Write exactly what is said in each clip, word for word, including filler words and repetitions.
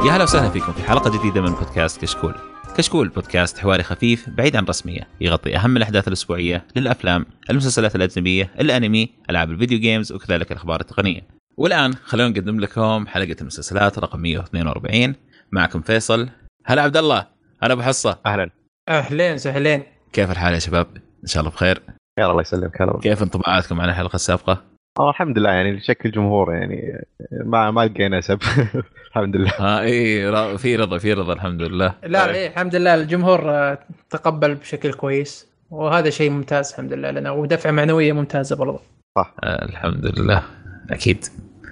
يا هلا وسهلا فيكم في حلقة جديدة من بودكاست كشكول. كشكول بودكاست حواري خفيف بعيد عن رسمية، يغطي أهم الأحداث الأسبوعية للأفلام، المسلسلات الأجنبية، الأنمي، ألعاب الفيديو جيمز، وكذلك الأخبار التقنية. والآن خلونا نقدم لكم حلقة المسلسلات رقم مية واثنين وأربعين. معكم فيصل. هلا عبد الله. هلا أبو حصة. أهلا. أهلين سهلين. كيف الحال يا شباب؟ إن شاء الله بخير. خير الله يسلمك. هلا. كيف انطباعاتكم عن الحلقة السابقة؟ اه الحمد لله، يعني شكل جمهور يعني ما ما لقينا سب. الحمد لله. ها اي في رضا في رضا الحمد لله. لا ايه الحمد لله الجمهور تقبل بشكل كويس، وهذا شيء ممتاز الحمد لله لنا، ودفعة معنوية ممتازة برضه. صح. آه الحمد لله اكيد.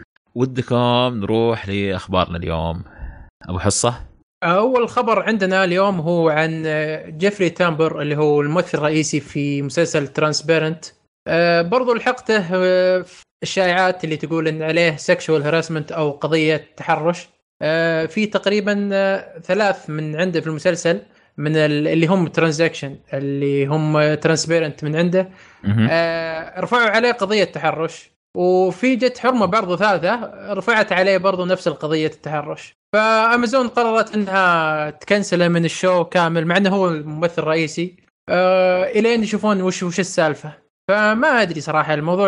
ودكم نروح لاخبارنا اليوم ابو حصة؟ اول خبر عندنا اليوم هو عن جيفري تامبر اللي هو الممثل الرئيسي في مسلسل ترانسبيرنت. أه برضو لحقته أه الشائعات اللي تقول ان عليه سيكشوال هراسمنت او قضية تحرش. أه في تقريبا أه ثلاث من عنده في المسلسل، من اللي هم ترانزاكشن اللي هم ترانسبيرنت من عنده، أه رفعوا عليه قضية تحرش، وفي جت حرمة برضو ثالثة رفعت عليه برضو نفس القضية التحرش. فأمازون قررت انها تكنسله من الشو كامل مع انه هو الممثل الرئيسي أه الين يشوفون وش وش السالفة. فما أدري صراحة الموضوع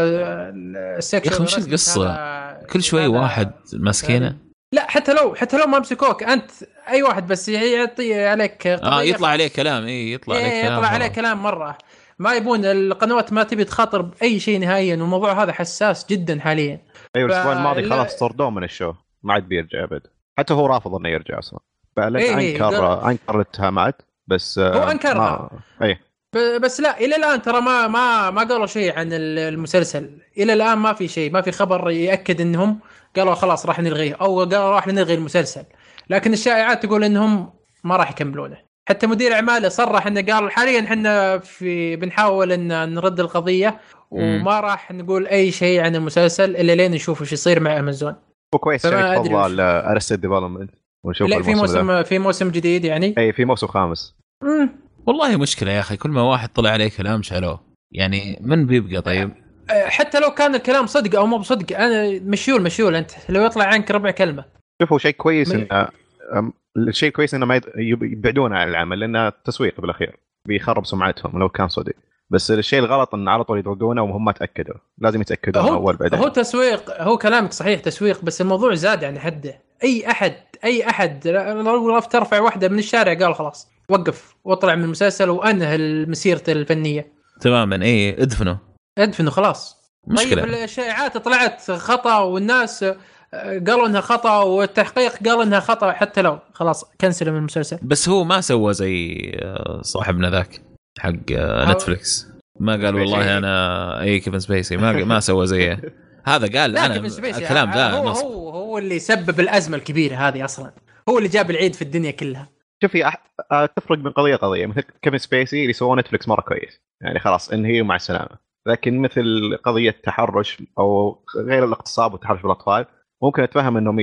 السكشن. يا أخي مش القصة كل شوي واحد مسكينة؟ لا حتى لو حتى لو ما مسكوك أنت أي واحد بس يعطي عليك آه يطلع عليه كلام. إيه يطلع عليه إيه كلام يطلع عليه كلام مرة. ما يبون القنوات ما تبي تخاطر بأي شيء نهائيا، والموضوع هذا حساس جدا حاليا. أيوة الأسبوع الماضي خلاص طردوه من الشو، ما عاد بيرجع أبد، حتى هو رافض إنه يرجع أصلا. فعلا إيه أنكر أنكر الاتهامات بس هو أنكرها. أيه بس لا الى الان ترى ما ما ما قالوا شيء عن المسلسل الى الان، ما في شيء، ما في خبر ياكد انهم قالوا خلاص راح نلغيه او قالوا راح نلغي المسلسل. لكن الشائعات تقول انهم ما راح يكملونه. حتى مدير اعماله صرح انه قال حاليا احنا في بنحاول ان نرد القضيه وما راح نقول اي شيء عن المسلسل الا لين نشوف ايش يصير مع امازون. وكويس يعني تفضل ارستد ديفلوبمنت ونشوف لا في موسم ده. في موسم جديد يعني اي في موسم خامس. امم والله مشكلة يا أخي، كل ما واحد طلع عليه كلام شالوه، يعني من بيبقى طيب. حتى لو كان الكلام صدق أو مو بصدق أنا مشيول مشيول أنت لو يطلع عنك ربع كلمة. شوفوا شيء كويس م... إن الشيء كويس إنه ما يبعدون عن العمل لأنه تسويق بالأخير بيخرب سمعتهم لو كان صدق. بس الشيء الغلط إن على طول يردونه وهم ما تأكدوا، لازم يتأكدوا أول بعدين. هو تسويق، هو كلامك صحيح تسويق، بس الموضوع زاد عن حده. أي أحد أي أحد لو ترفع واحدة من الشارع قال خلاص وقف واطلع من المسلسل وانهى المسيرة الفنية تماما. ايه ادفنه ادفنه خلاص. مشكلة. طيب الشائعات طلعت خطأ والناس قالوا انها خطأ والتحقيق قال انها خطأ، حتى لو خلاص كنسل من المسلسل. بس هو ما سوى زي صاحبنا ذاك حق نتفليكس، ما قال والله انا اي كيفن سبيسي، ما ما سوى زيه. هذا قال انا الكلام ذا هو, هو هو اللي سبب الأزمة الكبيرة هذه اصلا، هو اللي جاب العيد في الدنيا كلها. شوفي أح... تفرق من قضية قضية. مثل كيفن سبيسي اللي سووا نتفلكس مرة كويس يعني خلاص انهي مع السلامة. لكن مثل قضية تحرش أو غير الاغتصاب والتحرش بالأطفال ممكن أتفهم أنهم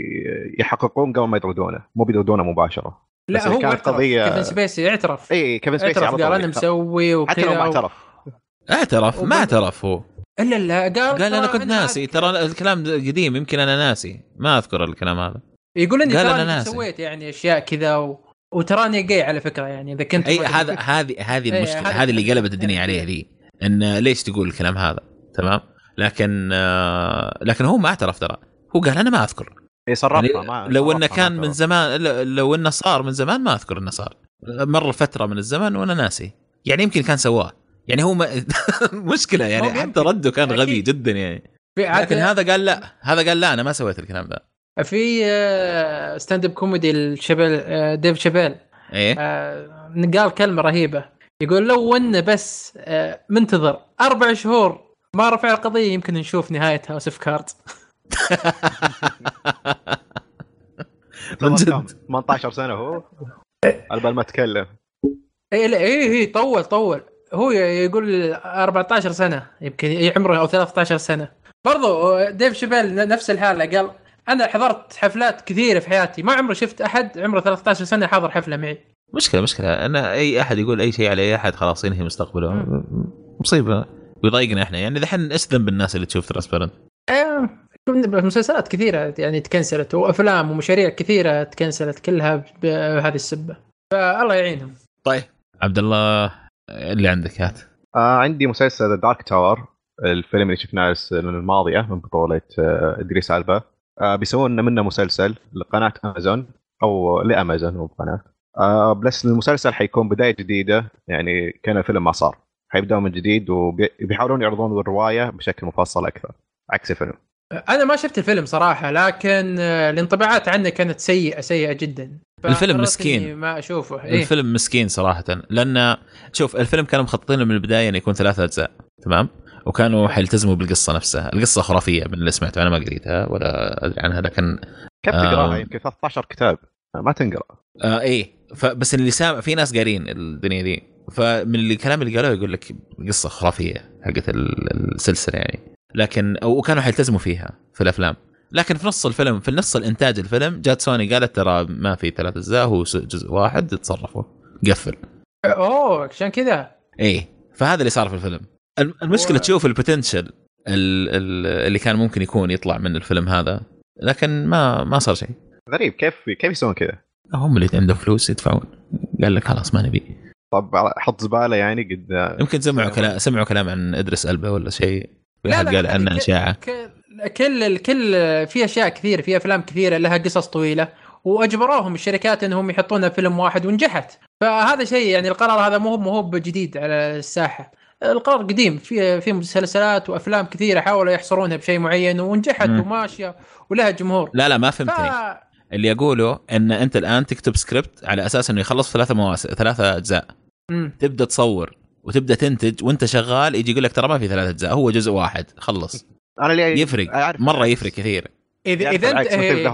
يحققون قبل ما يطردونه، مو بيطردونه مباشرة. لا هو كانت قضية كيفن سبيسي اعترف. اي كيفن سبيسي اعترف قال أنا مسوي وكذا. حتى لو ما اعترف و... اعترف ما اعترف هو. إلا لا قال قال أنا كنت ناسي، ترى الكلام قديم يمكن أنا ناسي ما أذكر الكلام هذا. يقول إني ترى سويت يعني أشياء كذا و... وتراني جاي على فكرة يعني إذا كنت أي هذا هذه هذه المشكلة، هذه اللي قلبت الدنيا عليها ذي، إن ليش تقول الكلام هذا تمام. لكن آه لكن هو ما اعترف ترى، هو قال أنا ما أذكر. يعني ما لو إنه كان من زمان، لو إنه صار من زمان ما أذكر إنه صار، مر فترة من الزمن وأنا ناسي، يعني يمكن كان سواه يعني هو ما... مشكلة يعني حتى رده كان غبي جدا يعني. لكن هذا قال لا، هذا قال لا أنا ما سويت الكلام ذا. في ستاند اب كوميدي الشبل ديف شابيل إيه؟ قال كلمة رهيبة، يقول لو إنه بس منتظر أربع شهور ما رفع القضية يمكن نشوف نهاية هاوس اوف كاردز. من جد ثمانية عشر سنة هو على بال ما تكلم. إيه لا إيه إيه طول طول هو يقول أربعة عشر سنة يمكن عمره أو ثلاثة عشر سنة. برضو ديف شابيل نفس الحالة، قال أنا حضرت حفلات كثيرة في حياتي ما عمري شفت أحد عمره ثلاثة عشر سنة حاضر حفلة معي. مشكلة مشكلة أنا أي أحد يقول أي شيء على أي أحد خلاص ينهي مستقبله. مصيبة ويضايقنا إحنا يعني. ذحين إيش ذنب الناس اللي تشوف ترانسبيرنت؟ مسلسلات كثيرة يعني تكنسلت وأفلام ومشاريع كثيرة تكنسلت كلها بهذه السبة، فالله يعينهم. طيب عبد الله اللي عندك هات. آه عندي مسلسل دارك تاور، الفيلم اللي شفناه السنة الماضية من بطولة آه إدريس ألبا. آه بيسوون منه مسلسل لقناة أمازون أو لأمازون مو قناة. آه بس المسلسل حيكون بداية جديدة، يعني كان الفيلم ما صار، حيبدأوا من جديد وبيحاولون يعرضون الرواية بشكل مفصل أكثر عكس الفيلم. أنا ما شفت الفيلم صراحة، لكن الانطباعات عنه كانت سيئة سيئة جدا. الفيلم مسكين، ما أشوفه. إيه؟ الفيلم مسكين صراحة، لأن شوف الفيلم كانوا مخططين من البداية أن يكون ثلاثة أجزاء تمام، وكانوا حيلتزموا بالقصة نفسها. القصة خرافية من اللي سمعته، أنا ما قريتها ولا أدري عنها، لكن كيف تقراها؟ يمكن ثلاثة عشر كتاب ما تنقرأ. آه إيه، فبس اللي سامع في ناس قارين الدنيا دي، فمن الكلام اللي قالوه يقول لك قصة خرافية حقت السلسلة يعني، لكن وكانوا حيلتزموا فيها في الأفلام. لكن في نص الفيلم، في نص الإنتاج الفيلم، جات سوني قالت ترى ما في ثلاث أجزاء، هو جزء واحد، تصرفوا قفل. أوه عشان كذا. إيه، فهذا اللي صار في الفيلم. المشكلة و... تشوف البوتنشل اللي كان ممكن يكون يطلع من الفيلم هذا، لكن ما ما صار شيء. غريب كيف كيف يسوون كذا؟ هم اللي عندهم فلوس يدفعون، قال لك خلاص ما نبي. طب حط زبالة يعني قد يمكن سمعوا كلام سمعوا كلام عن إدريس ألبا ولا شيء، لا قال عنه إشاعة. كل الكل في أشياء كثير، في أفلام كثيرة لها قصص طويلة وأجبروهم الشركات أنهم يحطونها فيلم واحد ونجحت. فهذا شيء يعني القرار هذا مو مو جديد على الساحة، القرار قديم. في في مسلسلات وأفلام كثيرة حاولوا يحصرونها بشيء معين ونجحت م. وماشية ولها جمهور. لا لا ما فهمتني. ف... اللي يقولوا أن أنت الآن تكتب سكريبت على أساس أنه يخلص ثلاثة مواسم ثلاثة أجزاء، م. تبدأ تصور وتبدأ تنتج وانت شغال، يجي يقول لك ترى ما في ثلاثة أجزاء، هو جزء واحد خلص. أنا اللي يفرق مرة، يفرق كثير. إذا إذا انت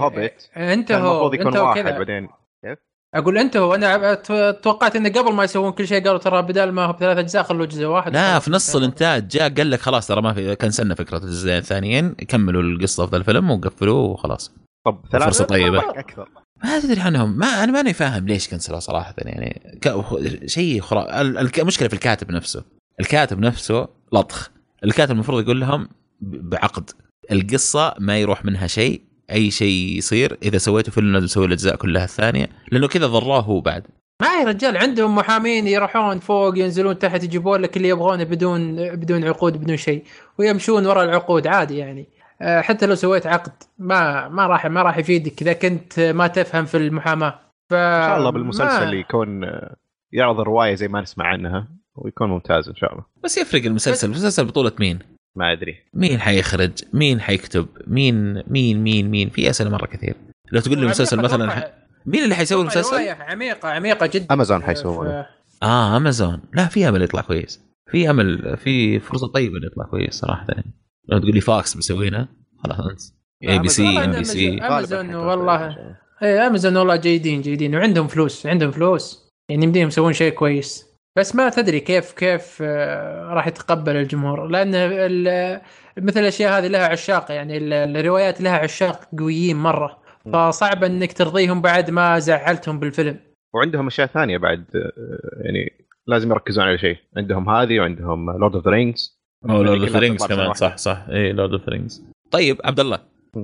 انت هو انت هو كذا بعدين اقول انت هو انا توقعت ان قبل ما يسوون كل شيء قالوا ترى بدل ما هو بثلاث اجزاء خلوا جزء واحد. لا في نص الانتاج جاء قال لك خلاص ترى ما في، كنسلنا فكرة الجزئين الثانيين، كملوا القصة في الفيلم وقفلوا وخلاص. طب فرصة طيبة أكثر. ما أدري عنهم، ما أنا ماني فاهم ليش كنسلوا صراحة يعني، ك... شيء خرا. المشكلة في الكاتب نفسه، الكاتب نفسه لطخ. الكاتب المفروض يقول لهم بعقد القصة ما يروح منها شيء، أي شيء يصير إذا سويته فيلم لازم تسوي الأجزاء كلها الثانية، لأنه كذا ضراه هو بعد. ما يا رجال عندهم محامين يروحون فوق ينزلون تحت يجيبون لك اللي يبغونه بدون بدون عقود بدون شيء، ويمشون وراء العقود عادي يعني. حتى لو سويت عقد ما ما راح ما راح يفيدك إذا كنت ما تفهم في المحاماة. ف... إن شاء الله بالمسلسل اللي يكون يعرض الرواية زي ما نسمع عنها ويكون ممتاز إن شاء الله. بس يفرق المسلسل، المسلسل بطولة مين؟ ما أدري مين حيخرج، مين حيكتب، مين مين مين مين في أسئلة مرة كثير. لو تقول لي المسلسل مثلا ح... مين اللي حيسوي المسلسل؟ عميقة عميقة جدا. أمازون حيسوونه. ف... آه أمازون، لا في أمل يطلع كويس، في أمل، في فرصة طيبة يطلع كويس صراحة يعني. لو تقول لي فاكس بيسوينها خلاص أنت اي بي سي ام بي سي امازون والله اي امازون والله جيدين جيدين وعندهم فلوس، عندهم فلوس يعني يمديهم يسوون شيء كويس، بس ما تدري كيف كيف راح يتقبل الجمهور، لان مثل الاشياء هذه لها عشاق يعني، الروايات لها عشاق قويين مره، فصعب انك ترضيهم بعد ما زعلتهم بالفيلم. وعندهم اشياء ثانيه بعد يعني لازم يركزون على شيء، عندهم هذه وعندهم لورد اوف ذا رينجز. او لورد اوف ذا رينجز كمان صح صح اي لورد اوف ذا رينجز. طيب عبد الله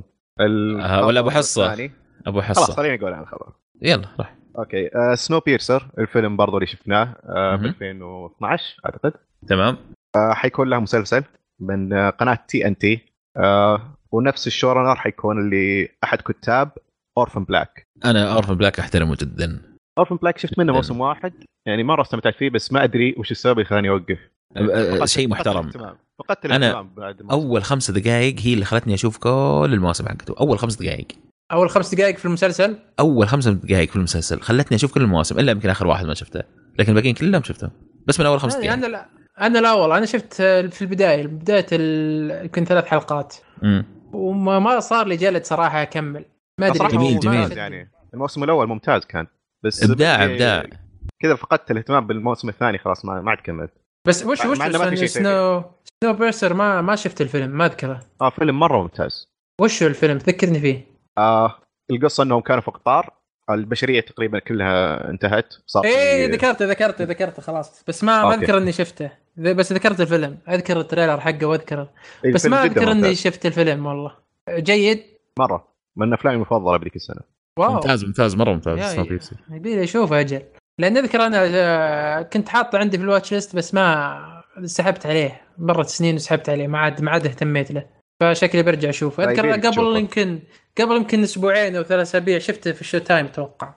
آه ولا ابو حصه؟ ابو حصه خلاص خليني اقول عن الخبر. يلا راح. اوكي آه سنو بيرسر الفيلم برضو اللي شفناه آه ب ألفين واثناشر اعتقد. تمام. آه حيكون له مسلسل من آه قناه تي ان تي آه ونفس الشورنر حيكون اللي احد كتاب اورفن بلاك. انا اورفن بلاك احترمه جدا. اورفن بلاك شفت منه موسم واحد يعني مره استمتعت فيه، بس ما ادري وش السبب اللي خلاني اوقف. شيء محترم. فقدت انا بعد اول خمس دقائق هي اللي خلتني اشوف كل المواسم حقته. اول خمس دقائق اول خمس دقائق في المسلسل اول خمس دقائق في المسلسل خلتني اشوف كل المواسم الا يمكن اخر واحد ما شفته، لكن الباقيين كلهم شفتهم بس من اول خمس دقائق. انا لا انا لا والله انا شفت في البدايه بدايه يمكن ثلاث حلقات امم وما ما صار لي جلد صراحه اكمل. ما ادري جميل جميل يعني الموسم الاول ممتاز كان، بس ابداع ابداع كذا فقدت الاهتمام بالموسم الثاني خلاص ما ما عاد كملت. بس وش وش سنو سنو بيرسر ما ما شفت الفيلم ما اذكره. اه فيلم مره ممتاز. وش الفيلم ذكرني فيه؟ آه القصه انهم كانوا في قطار البشريه تقريبا كلها انتهت صار. ايه ذكرته ذكرته ذكرته خلاص بس ما ما اذكر اني شفته، بس ذكرت الفيلم اذكر التريلر حقه واذكره بس ما اذكر اني شفت الفيلم والله. جيد مره من افلامي المفضله بذيك السنه. واو ممتاز ممتاز مره ممتاز. يبي لي اشوفه اجل، لان اذكر انا كنت حاطه عندي في الواتش ليست بس ما سحبت عليه، مرت سنين وسحبت عليه ما عاد ما عاد اهتميت له، فشكلي برجع اشوفه. اذكر قبل يمكن قبل يمكن اسبوعين او ثلاث اسابيع شفته في الشو تايم اتوقع،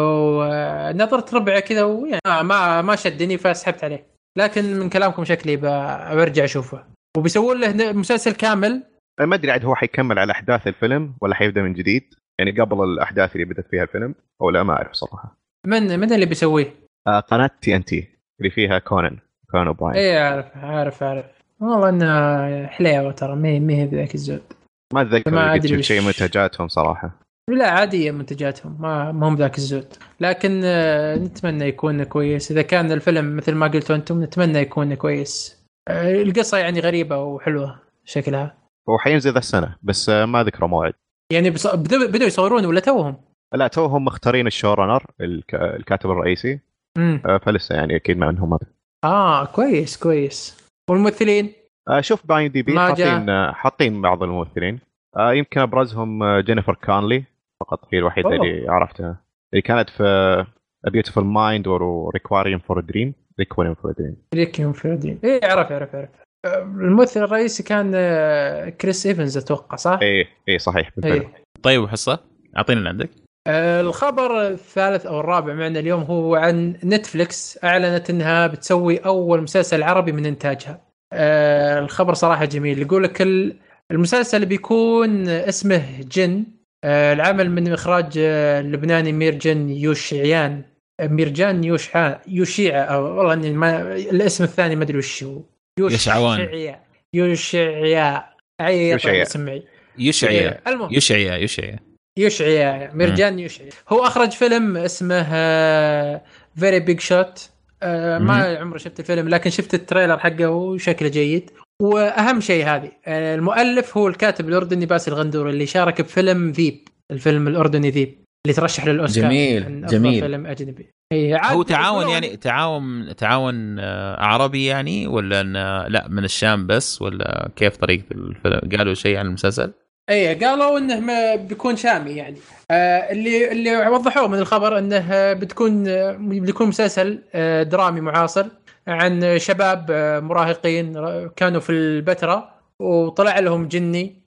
ونظرت ربعه كذا ويعني ما ما شدني فسحبت عليه، لكن من كلامكم شكلي برجع اشوفه. وبيسوون له مسلسل كامل، ما ادري عاد هو حيكمل على احداث الفيلم ولا حيبدا من جديد، يعني قبل الاحداث اللي بدت فيها الفيلم او لا، ما اعرف صراحه. من من اللي بيسويه؟ آه قناه تي ان تي اللي فيها كونان كونان اوبراين. ايه عارف عارف عارف والله انها حليوه ترى، ما ما هي ذاك الزود. ما اتذكر ما قد شفت وش... شيء منتجاتهم صراحه. لا عاديه منتجاتهم، ما ما هم ذاك الزود، لكن نتمنى يكون كويس. اذا كان الفيلم مثل ما قلتوا انتم نتمنى يكون كويس. القصه يعني غريبه وحلوه شكلها. هو حينزل ذا السنه بس ما ذكروا موعد. يعني بص... بدوا بدوا يصورون ولا توهم؟ لا توهم مختارين الشورنر الك... الكاتب الرئيسي. امم فلسه يعني اكيد ما عندهم هذا. اه كويس كويس. والممثلين آه شوف باي دي بي حاطين آه حاطين بعض الممثلين. آه يمكن ابرزهم جينيفر كانلي فقط، هي الوحيده أوه. اللي عرفتها، اللي كانت في A Beautiful Mind و Requiem for a Dream. Requiem for a Dream Requiem for a Dream ايه عرف عرف عرف الممثل الرئيسي كان كريس ايفنز اتوقع صح؟ ايه ايه صحيح بالفعل. إيه. طيب وحصه اعطينا اللي عندك. الخبر الثالث او الرابع معنا اليوم هو عن نتفليكس، اعلنت انها بتسوي اول مسلسل عربي من انتاجها. الخبر صراحه جميل، يقول لك المسلسل بيكون اسمه جن، العمل من اخراج اللبناني ميرجان يوشعيان ميرجان يوشع يوشيع او والله اني ما الاسم الثاني ما ادري وش هو. يوشعوان يوشعيا اي اسمعي يوشعيا يوشعيا يوشعيا يوشعيا ميرجان يوشعيا. هو اخرج فيلم اسمه فيري بيج شوت، ما عمري شفت الفيلم لكن شفت التريلر حقه وشكله جيد. واهم شيء هذه المؤلف هو الكاتب الاردني باسل غندور اللي شارك بفيلم ذيب، الفيلم الاردني ذيب اللي ترشح للاوسكار. جميل جميل. فيلم اجنبي. هو تعاون يعني تعاون تعاون عربي يعني ولا لا من الشام بس، ولا كيف طريقه الفيلم؟ قالوا شيء عن المسلسل؟ ايه قالوا انه ما بيكون شامي يعني. آه اللي اللي وضحوه من الخبر انه بتكون بيكون مسلسل آه درامي معاصر عن شباب آه مراهقين كانوا في البتراء وطلع لهم جني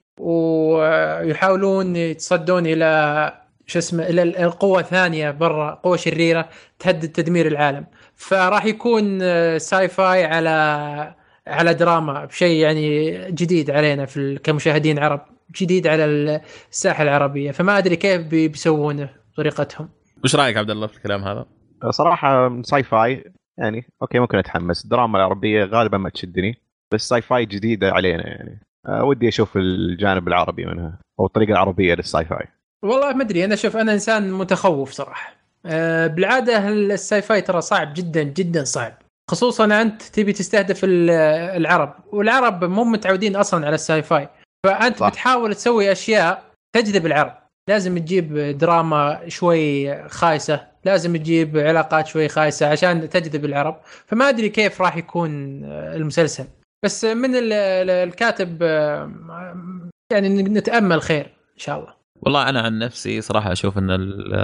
ويحاولون يتصدون الى شو اسمه الى القوه ثانيه برا، قوه شريره تهدد تدمير العالم. فراح يكون ساي فاي على على دراما بشيء يعني جديد علينا في كمشاهدين عرب، جديد على الساحه العربيه، فما ادري كيف بيسوونه طريقتهم. وش رايك عبد الله في الكلام هذا؟ صراحه ساي فاي يعني اوكي ممكن اتحمس، الدراما العربيه غالبا ما تشدني، بس ساي فاي جديده علينا يعني أه ودي اشوف الجانب العربي منها او الطريقه العربيه للساي فاي. والله ما ادري، انا شوف انا انسان متخوف صراحه. أه بالعاده الساي فاي ترى صعب جدا جدا صعب، خصوصا انت تبي تستهدف العرب والعرب مو متعودين اصلا على الساي فاي، فانت صح. بتحاول تسوي اشياء تجذب العرب، لازم تجيب دراما شوي خايسه، لازم تجيب علاقات شوي خايسه عشان تجذب العرب. فما ادري كيف راح يكون المسلسل، بس من الكاتب يعني نتامل خير ان شاء الله. والله انا عن نفسي صراحه اشوف ان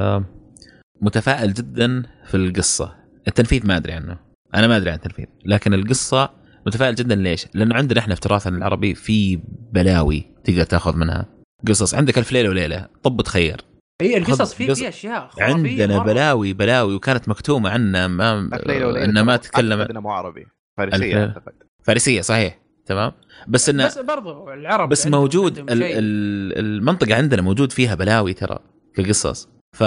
متفائل جدا في القصه. التنفيذ ما ادري عنه، انا ما ادري عن التنفيذ، لكن القصه متفائل جدا. ليش؟ لانه عندنا احنا في تراثنا العربي في بلاوي تقدر تاخذ منها قصص. عندك الف ليله وليله، طب تخير هي القصص في في اشياء عندنا مرة. بلاوي بلاوي وكانت مكتومه عنا ما انه ما تتكلم عندنا مو عربي، فارسيه اعتقد. فارسيه صحيح تمام، بس انه بس برضو العرب بس موجود ال ال المنطقه عندنا موجود فيها بلاوي ترى كقصص، ف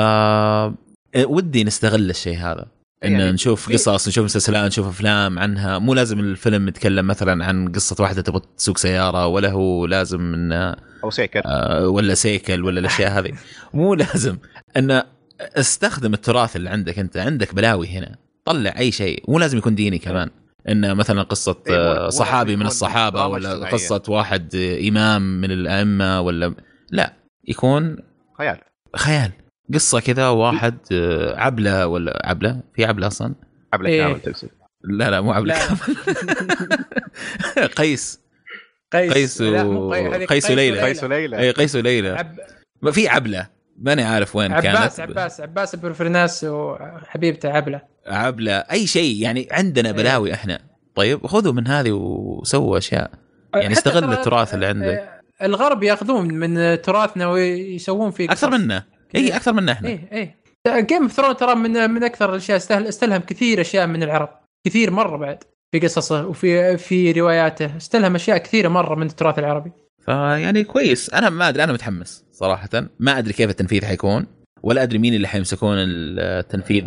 ودي نستغل الشيء هذا ان يعني نشوف قصص، نشوف مسلسلات، نشوف افلام عنها. مو لازم الفيلم يتكلم مثلا عن قصه واحده تبغى تسوق سياره، ولا هو لازم ان او سيكل آه ولا سيكل ولا الاشياء هذه. مو لازم ان استخدم التراث اللي عندك. انت عندك بلاوي هنا، طلع اي شيء. مو لازم يكون ديني كمان، ان مثلا قصه آه صحابي من الصحابه، ولا قصه واحد امام من الائمه، ولا لا، يكون خيال خيال قصة كذا واحد عبلة، ولا عبلة في عبلة أصلا عبلة إيه؟ كامل تقصد؟ لا لا مو عبلة كامل. قيس قيس و... قيس وليلى قيس وليلى اي قيس وليلى عب... ما في عبله ماني عارف وين عباس كانت عباس عباس برفرناس وحبيبته عبله عبله اي شيء يعني عندنا بلاوي احنا طيب خذوا من هذه وسووا اشياء يعني استغل التراث اللي عندك. الغرب ياخذون من تراثنا ويسوون فيه اكثر منا اي اكثر منا احنا. اي اي جيم اوف ثرون ترى من من اكثر الاشياء استهل استلهم كثير اشياء من العرب كثير مره بعد في قصصه وفي في رواياته استلهم اشياء كثيره مره من التراث العربي. فيعني كويس انا ما ادري انا متحمس صراحه ما ادري كيف التنفيذ حيكون ولا ادري مين اللي حيمسكون التنفيذ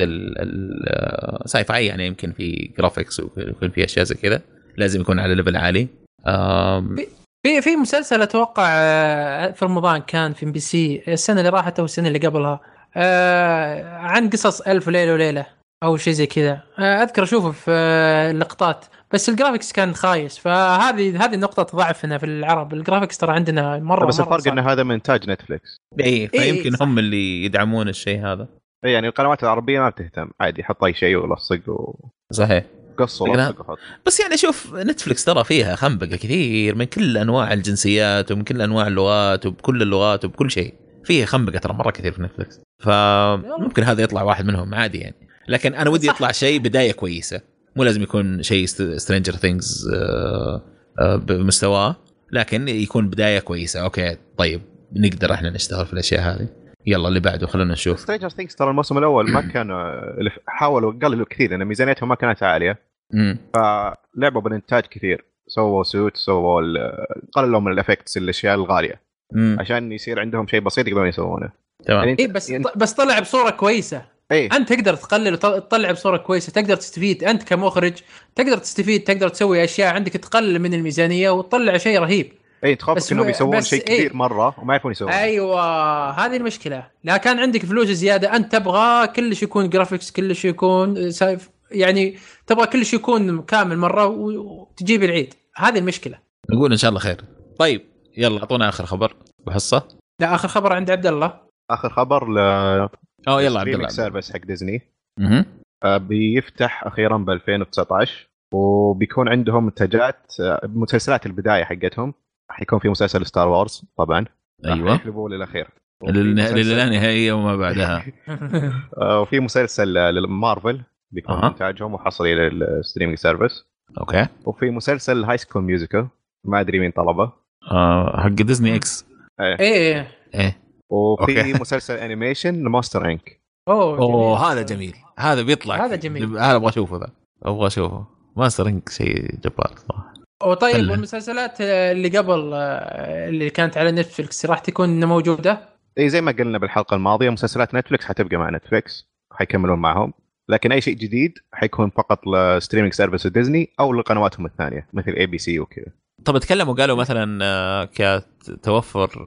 الساي فاي يعني يمكن في جرافيكس ويكون في اشياء زي كذا لازم يكون على ليفل عالي. في في مسلسل اتوقع في رمضان كان في ام بي سي السنه اللي راحت او السنه اللي قبلها عن قصص ألف ليله وليله او شيء زي كذا اذكر اشوفه في اللقطات بس الجرافيكس كان خايس فهذه هذه نقطه ضعفنا في العرب الجرافيكس ترى عندنا مره بس الفرق ان هذا من انتاج نتفليكس اي فيمكن إيه هم اللي يدعمون الشيء هذا يعني القنوات العربيه ما بتهتم عادي يحط اي شيء ولصق و... صحيح قصه لصق بس يعني شوف نتفليكس ترى فيها خنبقه كثير من كل انواع الجنسيات ومن كل انواع اللغات وبكل اللغات وبكل شيء فيه خنبقه ترى مره كثير في نتفليكس فممكن هذا يطلع واحد منهم عادي يعني لكن انا ودي يطلع شيء بدايه كويسه مو لازم يكون شيء سترينجر ثينجز بمستواه لكن يكون بدايه كويسه اوكي طيب نقدر احنا نشتغل في الاشياء هذه يلا اللي بعده خلونا نشوف. سترينجر ثينجز ترى الموسم الاول ما كان حاولوا قللوا كثير لان ميزانيتهم ما كانت عاليه فلعبوا بالانتاج كثير سووا سوت سووا قللوا من الافكتس الاشياء الغاليه مم. عشان يصير عندهم شيء بسيط يقدرون يسوونه تمام يعني إيه بس يعني بس طلع بصوره كويسه. أيه؟ انت تقدر تقلل وتطلع بصوره كويسه تقدر تستفيد انت كمخرج تقدر تستفيد تقدر تسوي اشياء عندك تقلل من الميزانيه وتطلع شيء رهيب. اي تخاف انهم يسوون شيء كبير إيه؟ مره وما يعرفون يسوون. ايوه هذه المشكله لا كان عندك فلوس زياده انت تبغى كل شيء يكون جرافيكس كل شيء يكون سايف يعني تبغى كل شيء يكون كامل مره وتجيب العيد هذه المشكله. نقول ان شاء الله خير. طيب يلا اعطونا اخر خبر بحصه. لا اخر خبر عند عبد الله. اخر خبر ل اه يلا عبد الله سيرفيس حق ديزني اها آه بيفتح اخيرا ب ألفين وتسعة عشر وبيكون عندهم منتجات مسلسلات البدايه حقتهم حيكون في مسلسل ستار وورز طبعا ايوه يقلبوا للاخير للا نهائيه وما بعدها وفي مسلسل للمارفل بيكون أه. انتاجهم وحصري للستريمينج سيرفيس اوكي وفي مسلسل هاي سكول ميوزيكال ما ادري مين طلبه اه حق ديزني اكس ايه ايه, إيه. وفي أوكي. مسلسل انيميشن لماستر انك اوه اوه هذا جميل هذا بيطلع هذا جميل هذا ابغى اشوفه ذا ابغى اشوفه ماستر انك شيء جبار صراحه. وطيب والمسلسلات اللي قبل اللي كانت على نتفليكس راح تكون موجوده اي زي ما قلنا بالحلقه الماضيه مسلسلات نتفليكس حتبقى مع نتفليكس حيكملون معهم لكن اي شيء جديد حيكون فقط لستريمينج سيرفيس ديزني او لقنواتهم الثانيه مثل اي بي سي وكذا. طب تكلموا قالوا مثلا كتوفر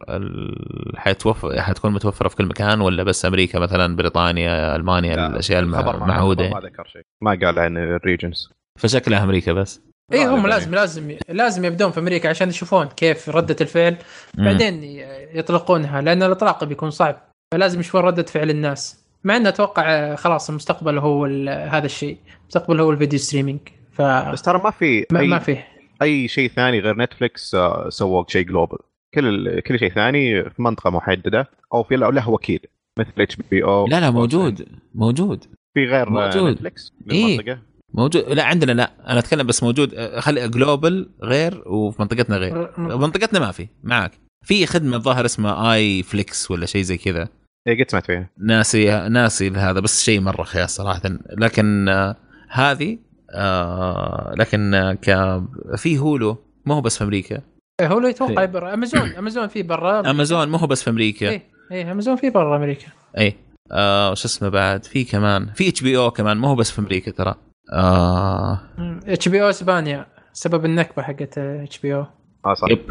حيتوفر حتكون متوفره في كل مكان ولا بس امريكا مثلا بريطانيا المانيا الاشياء المعهوده ما ذكر شيء ما قال عن الريجنز فشكلها امريكا بس. ايه هم لازم لازم لازم يبدون في امريكا عشان يشوفون كيف رده الفعل بعدين يطلقونها لان الاطلاق بيكون صعب فلازم يشوفون رده فعل الناس مع ان اتوقع خلاص المستقبل هو هذا الشيء المستقبل هو الفيديو ستريمينج ف بس ترى ما في ما, ما فيه اي شيء ثاني غير نتفليكس سووا شيء جلوبال كل كل شيء ثاني في منطقه محدده او في له وكيل مثل اتش بي او. لا لا موجود موجود في غير موجود. نتفليكس بالمنطقه إيه؟ موجود لا عندنا لا انا اتكلم بس موجود خلي جلوبال غير وفي منطقتنا غير منطقتنا ما في معك في خدمه ظاهر اسمها اي فليكس ولا شيء زي كذا ايه قد سمعت فيها ناسي ناسي هذا بس شيء مره خياس صراحه لكن آه هذه آه لكن آه ك في هولو ما هو بس في امريكا هولو يتوقع برا امازون امازون في برا امازون ما هو بس في امريكا ايه ايه امازون في برا امريكا ايه آه وش اسمه بعد في كمان في اتش بي او كمان ما هو بس في امريكا ترى آه اتش بي او اسبانيا سبب النكبه حقت اتش بي او اه صح يب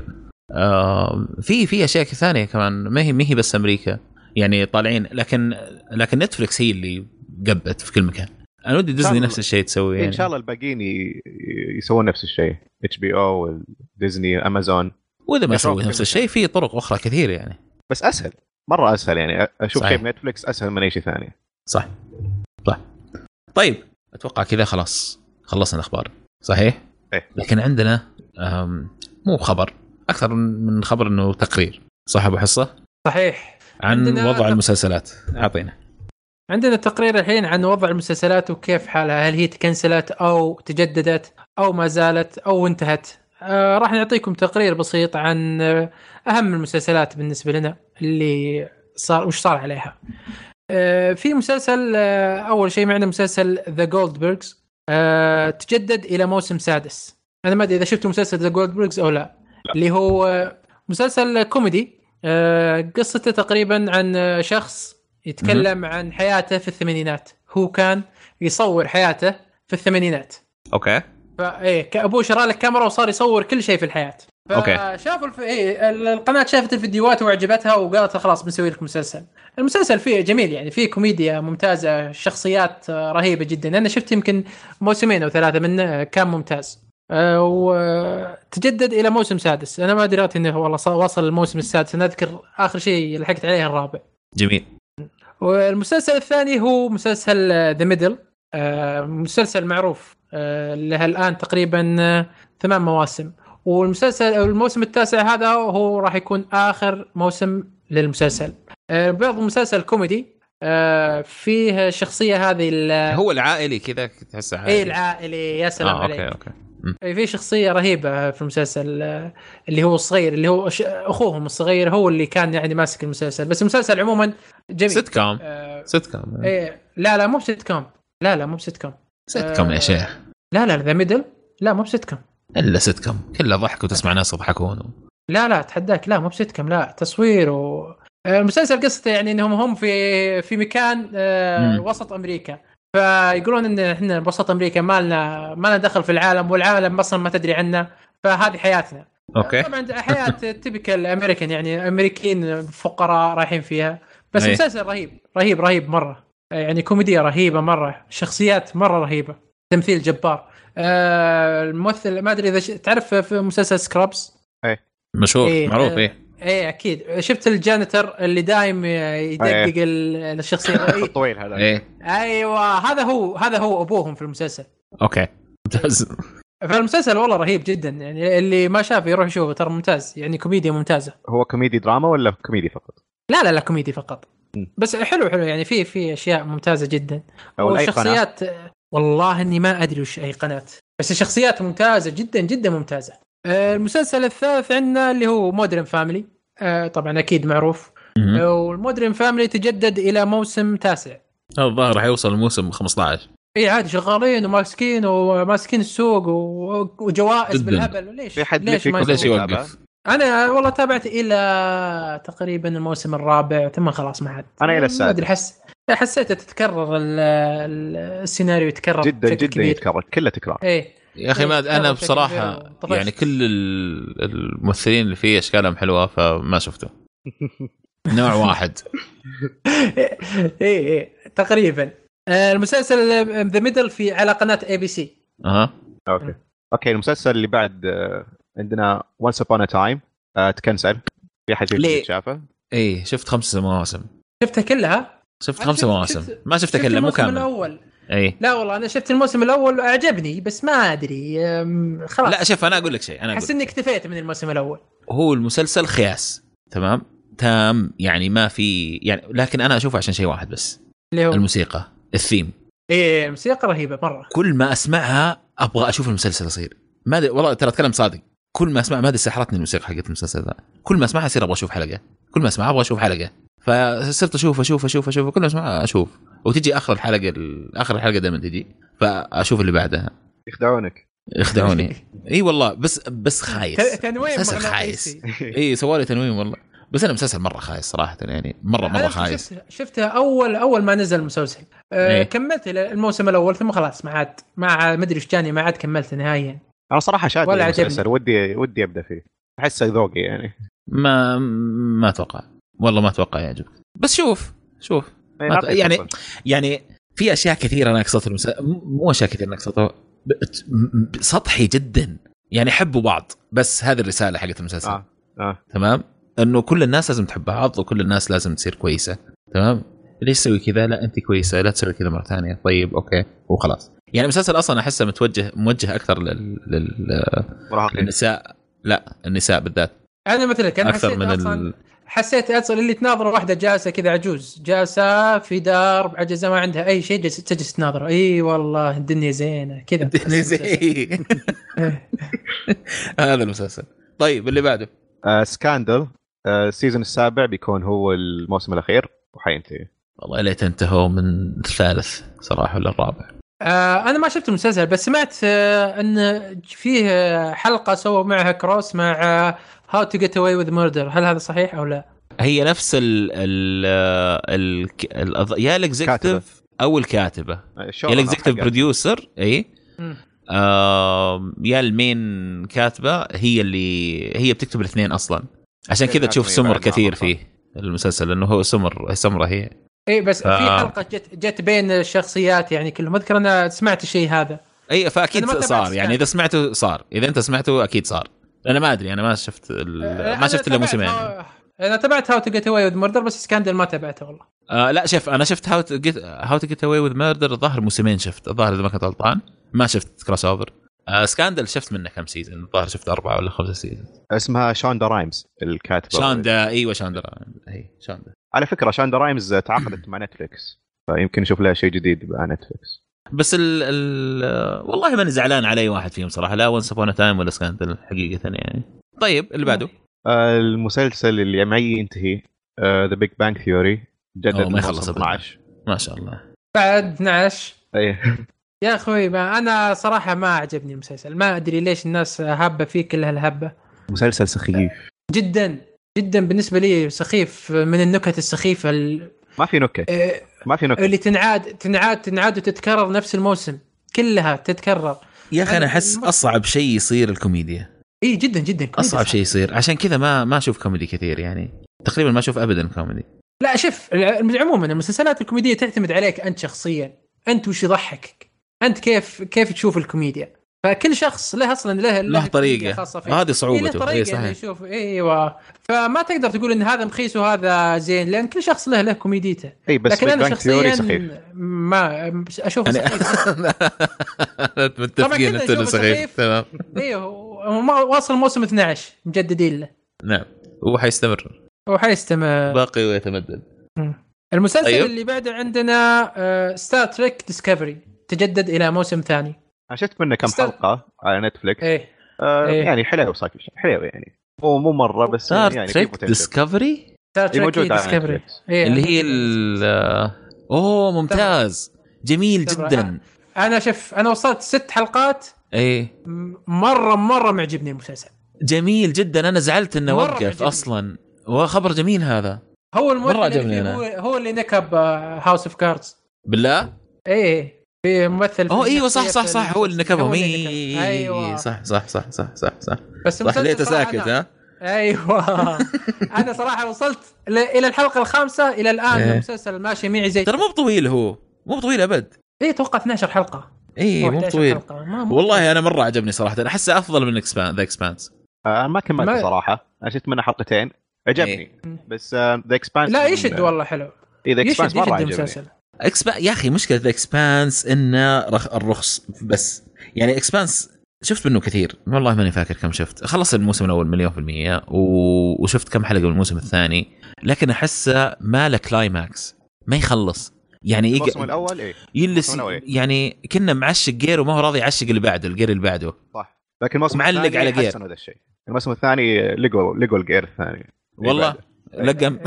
آه في في اشياء ثانيه كمان ما هي ما هي بس امريكا يعني طالعين لكن لكن نتفليكس هي اللي قبت في كل مكان. انا ودي ديزني نفس الشيء تسوي يعني. ان شاء الله الباقيين يسوون نفس الشيء اتش بي او وديزني امازون واذا ما سووا نفس الشيء في طرق اخرى كثير يعني بس اسهل مره اسهل يعني اشوف كيف نتفليكس اسهل من اي شيء ثاني. صح صح طيب اتوقع كذا خلاص خلصنا الاخبار صحيح إيه؟ لكن عندنا مو خبر اكثر من خبر انه تقرير، صح ابو حصه؟ صحيح. عن وضع المسلسلات. اعطينا. عندنا تقرير الحين عن وضع المسلسلات وكيف حالها، هل هي تكنسلت او تجددت او ما زالت او انتهت. آه راح نعطيكم تقرير بسيط عن اهم المسلسلات بالنسبه لنا اللي صار وش صار عليها. آه في مسلسل، آه اول شيء معنا مسلسل ذا جولدبرغز، آه تجدد الى موسم سادس. انا ما ادري اذا شفتوا مسلسل ذا جولدبرغز او لا, لا. اللي هو مسلسل كوميدي، آه قصته تقريبا عن شخص يتكلم عن حياته في الثمانينات. هو كان يصور حياته في الثمانينات. اوكي. فايه كابوه شرى لك كاميرا وصار يصور كل شيء في الحياه. فشافوا الف... إيه القناه شافت الفيديوهات وعجبتها وقالت خلاص بنسوي لك مسلسل. المسلسل فيه جميل يعني، فيه كوميديا ممتازه، شخصيات رهيبه جدا. انا شفت يمكن موسمين او ثلاثه منه، كان ممتاز. أه وتجدد الى موسم سادس. انا ما دريت انه والله وصل الموسم السادس. انا اذكر اخر شيء لحقت عليه الرابع. جميل. والمسلسل الثاني هو مسلسل ذا ميدل، مسلسل معروف له الآن تقريبا ثمان مواسم، والمسلسل الموسم التاسع هذا هو راح يكون آخر موسم للمسلسل. برضو مسلسل كوميدي، فيه شخصية هذه هو العائلي كذا، تحسه عائلي. ايه العائلي، يا سلام آه، عليك. أوكي أوكي. في شخصية رهيبة في المسلسل اللي هو الصغير، اللي هو أخوهم الصغير هو اللي كان يعني ماسك المسلسل. بس المسلسل عموما جميل. سيت كوم. آه سيت كوم. إيه لا لا مو بسيت كوم. لا لا مو بسيت كوم. سيت كوم يا شيخ. لا لا ذا ميدل لا مو بسيت كوم. إلا سيت كوم كله ضحك وتسمع ناس يضحكون. لا لا تحداك، لا مو بسيت كوم، لا تصوير. و المسلسل قصته يعني انهم هم في في مكان آه وسط امريكا، فيقولون ان احنا بوسط امريكا ما لنا ما لنا دخل في العالم، والعالم اصلا ما تدري عنه، فهذه حياتنا. اوكي. طبعا حياه تيبيكال امريكان، يعني امريكيين فقراء رايحين فيها. بس أيه. مسلسل رهيب رهيب رهيب مره، يعني كوميديا رهيبه مره، شخصيات مره رهيبه، تمثيل جبار. آه الممثل ما ادري اذا ش... تعرف في مسلسل سكرابس. اي مشهور. إيه. معروف. آه ايه ايه اكيد شفت الجانتر اللي دايم يدقق أيه. الشخصيه الطويل هذا. ايه ايوه هذا هو هذا هو ابوهم في المسلسل. اوكي ممتاز. فالمسلسل والله رهيب جدا، يعني اللي ما شافه يروح يشوفه، ترى ممتاز، يعني كوميديا ممتازه. هو كوميدي دراما ولا كوميدي فقط؟ لا لا لا كوميدي فقط. م. بس حلو حلو يعني، في في اشياء ممتازه جدا. والشخصيات والله اني ما ادري وش اي قناه، بس الشخصيات ممتازه جدا جدا ممتازه. المسلسل الثالث عندنا اللي هو مودرن فاميلي، طبعا اكيد معروف. والمودرن فاميلي تجدد الى موسم تاسع. الظاهر حيوصل الموسم خمسة عشر. اي عادي شغالين وماسكين وماسكين السوق وجوائز بالهبل. ليش ليش ما يوقف؟ انا والله تابعت الى تقريبا الموسم الرابع ثم خلاص ما عاد. انا الى السادس. ادري حس حسيت تتكرر السيناريو، يتكرر جدا جدا يتكرر، كله تكرار. ايه يا اخي ما انا بصراحه يعني كل الممثلين اللي فيه اشكالهم حلوه فما شفته. نوع واحد. ايه ايه تقريبا. المسلسل ذا ميدل في على قناه اي بي سي. اها اوكي اوكي. المسلسل اللي بعد عندنا وانس ابون ا تايم تكنسل. في حد شافه؟ ايه شفت خمس مواسم. شفتها كلها؟ شفت خمس مواسم. ما شفتها كلها، مو كامل. الاول اي لا والله انا شفت الموسم الاول اعجبني، بس ما ادري خلاص. لا شوف انا اقول لك شيء، انا احس اني اكتفيت من الموسم الاول. هو المسلسل خياس تمام تام يعني ما في يعني، لكن انا اشوفه عشان شيء واحد بس، الموسيقى الثيم. ايه موسيقى رهيبه مره، كل ما اسمعها ابغى اشوف المسلسل يصير. ما دي... والله ترى اتكلم صادق، كل ما اسمع ما ادري سحرتني الموسيقى حقت المسلسل ذا. كل ما اسمعها اصير ابغى اشوف حلقه، كل ما اسمعها ابغى اشوف حلقه، فصرت اشوف اشوف اشوف اشوف كل ما اسمعها اشوف، وتجي اخر الحلقه اخر الحلقه دائما تجي فاشوف اللي بعدها. يخدعونك يخدعوني. اي والله بس بس خايس تنويم خايس. اي سوالي تنويم والله، بس انا مسلسل مره خايس صراحه يعني، مره مره خايس. شفتها اول اول ما نزل المسلسل أه إيه؟ كملت الموسم الاول ثم خلاص ما عاد ما مدري ايش جاني، ما عاد كملت نهائيا. انا صراحه شاد المسلسل، ودي ودي ابدا فيه، احسه ذوقي يعني. ما ما اتوقع والله، ما اتوقع يعجبك. بس شوف شوف يعني يعني في اشياء كثيره ناقصته المسلسل، مو اشياء كثيره ناقصته، سطحي جدا يعني، حبوا بعض بس هذه الرساله حقت المسلسل. آه. آه. تمام، انه كل الناس لازم تحب بعض وكل الناس لازم تصير كويسه. تمام، ليش تسوي كذا؟ لا انت كويسه، لا تسوي كذا مره ثانيه. طيب اوكي وخلاص. يعني المسلسل اصلا احسه متوجه موجه اكثر لل لل للنساء لا النساء بالذات انا مثلا كان اكثر حسيت من أصلاً ال... حسيت اصلا اللي تناظر واحده جالسه كذا عجوز جالسه في دار عجزه ما عندها اي شيء جالسه تجلس تناظر. اي والله الدنيا زينه كذا الدنيا زي هذا المسلسل. طيب اللي بعده آه سكاندل. آه السيزون السابع بيكون هو الموسم الاخير وحينتهي. والله ليت انتهوا من الثالث صراحه ولا الرابع. آه انا ما شفت المسلسل بس سمعت آه ان فيه آه حلقه سووا معها كروس مع هاو تو جيت اواي وذ ميردر. هل هذا صحيح او لا؟ هي نفس ال ال ال, ال... يا الاكزيكتيف او الكاتبه يا الاكزيكتيف بروديوسر اي آه يا المين كاتبه هي اللي هي بتكتب الاثنين اصلا عشان كذا تشوف سمر كثير فيه المسلسل لانه هو سمر سمره هي. اي بس ف... في حلقه جت جت بين الشخصيات يعني كلهم اذكر انا سمعت الشيء هذا. اي فاكيد صار يعني اذا سمعته صار اذا انت سمعته اكيد صار. انا ما ادري انا ما شفت ال... ما شفت الا موسمين. انا تابعت هاو تو جيت اواي وذ ميردر بس سكاندل ما تابعته والله. آه لا شوف انا شفت هاو تو جيت هاو تو جيت اواي وذ ميردر الظاهر موسمين شفت الظاهر اذا ما كنت غلطان ما شفت كروس اوفر. آه سكاندل شفت منه كم سيزون الظاهر شفت أربعة ولا خمسة سيزون. اسمها شوندا رايمز الكاتبه. شوندا ايوه شوندا اي شوندا. على فكره شوندا رايمز تعاقدت مع نتفليكس فيمكن نشوف لها شيء جديد مع نتفليكس. بس ال ال والله ماني زعلان على اي واحد فيهم صراحه لا وانس ابون تايم ولا سكاندل حقيقه يعني. طيب اللي بعده آه المسلسل اللي معي ينتهي ذا بيج بانج ثيوري جدد ما يخلص اثناشر ما شاء الله بعد اثناشر. ايه يا اخوي ما انا صراحه ما عجبني المسلسل ما ادري ليش الناس هابه فيه كل هالهبه. مسلسل سخيف جدا جدا بالنسبه لي سخيف من النكت السخيفه ال... ما في نكت إيه ما في نكت اللي تنعاد تنعاد تنعاد وتتكرر نفس الموسم كلها تتكرر. يا اخي انا احس اصعب شيء يصير الكوميديا. اي جدا جدا اصعب شيء يصير عشان كذا ما ما اشوف كوميدي كثير يعني تقريبا ما اشوف ابدا كوميدي. لا شوف عموما المسلسلات الكوميديه تعتمد عليك انت شخصيا انت وش يضحكك انت كيف كيف تشوف الكوميديا فكل شخص له اصلا له له طريقه هذه صعوبته. اي صحيح يشوف ايوه فما تقدر تقول ان هذا مخيس وهذا زين لان كل شخص له له كوميديته. اي بس لكن انا شخصيا ما اشوفه سخيف. متفقين انتوا سخيف تمام. ايوه واصل موسم اثناشر مجددين له. نعم هو حيستمر هو حيستمر باقي ويتمدد. المسلسل طيب. اللي بعده عندنا ستار تريك ديسكفري تجدد الى موسم ثاني. انا شفت منه كم ستار... حلقه على نتفليكس. ايه. آه إيه. يعني حلو صاحبي حلو يعني مو مو مره بس ستار يعني تريك ديسكفري ستار تريك ديسكفري اللي هي ال اوه ممتاز جميل جدا. انا شوف انا وصلت ست حلقات ايه مره مره معجبني المسلسل جميل جدا. انا زعلت انه وقف اصلا وخبر جميل هذا. هو الممثل هو, هو اللي نكب هاوس اوف كاردز بالله. ايه في ممثل اوه ايوه صح صح صح هو اللي نكبهم. ايوه صح صح صح صح صح صح بس صح ليه ساكت ها. ايوه انا صراحه وصلت الى الحلقه الخامسه الى الان. إيه. المسلسل ماشي معي زي ترى مو بطويل هو مو بطويل ابد. ايه توقع اثناشر حلقه. ايه مو طويل والله انا مره عجبني صراحه. انا احسه افضل من اكسبان ذا اكسبانس. انا ما كملت ما... صراحه انا شفت منه حلقتين عجبني. إيه. بس ذا اكسبانس لا يشد والله حلو. ذا اكسبانس مره عجبني. اكسبان يا اخي مشكله ذا اكسبانس انه رخ... الرخص بس يعني اكسبانس شفت منه كثير والله ماني فاكر كم شفت. خلص الموسم الاول مليون في المية و... وشفت كم حلقه من الموسم الثاني لكن احسه ما له كلايماكس ما يخلص يعني يق... الموسم الاول ايه يلس يعني كنا معشق جير وما هو راضي يعشق اللي بعده الجير اللي بعده صح. لكن الموسم معلق على جير هذا الشيء. الموسم الثاني لقوا لقوا الجير الثاني والله لقم.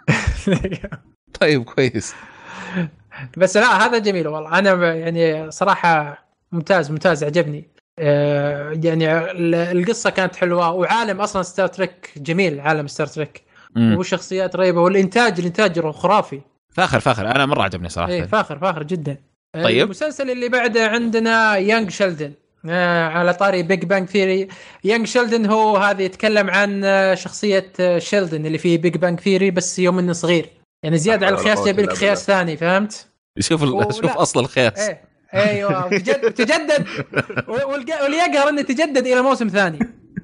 طيب كويس بس لا هذا جميل والله. انا يعني صراحه ممتاز ممتاز عجبني. آه يعني القصه كانت حلوه وعالم اصلا ستار تريك جميل. عالم ستار تريك وشخصيات رهيبه والانتاج الانتاج خرافي. فاخر فاخر انا مره عجبني صراحه. ايه فاخر فاخر جدا. طيب المسلسل اللي بعده عندنا يانج شيلدن. آه على طاري بيج بانج ثيري. يانج شيلدن هو هذا يتكلم عن شخصيه شيلدن اللي في بيج بانج ثيري بس يوم انه صغير يعني زياده على الخياس يبي لك خياس ثاني فهمت. شوف ال... شوف اصل الخياس. ايه ايوه تجدد تجدد واليقهر انه تجدد الى موسم ثاني.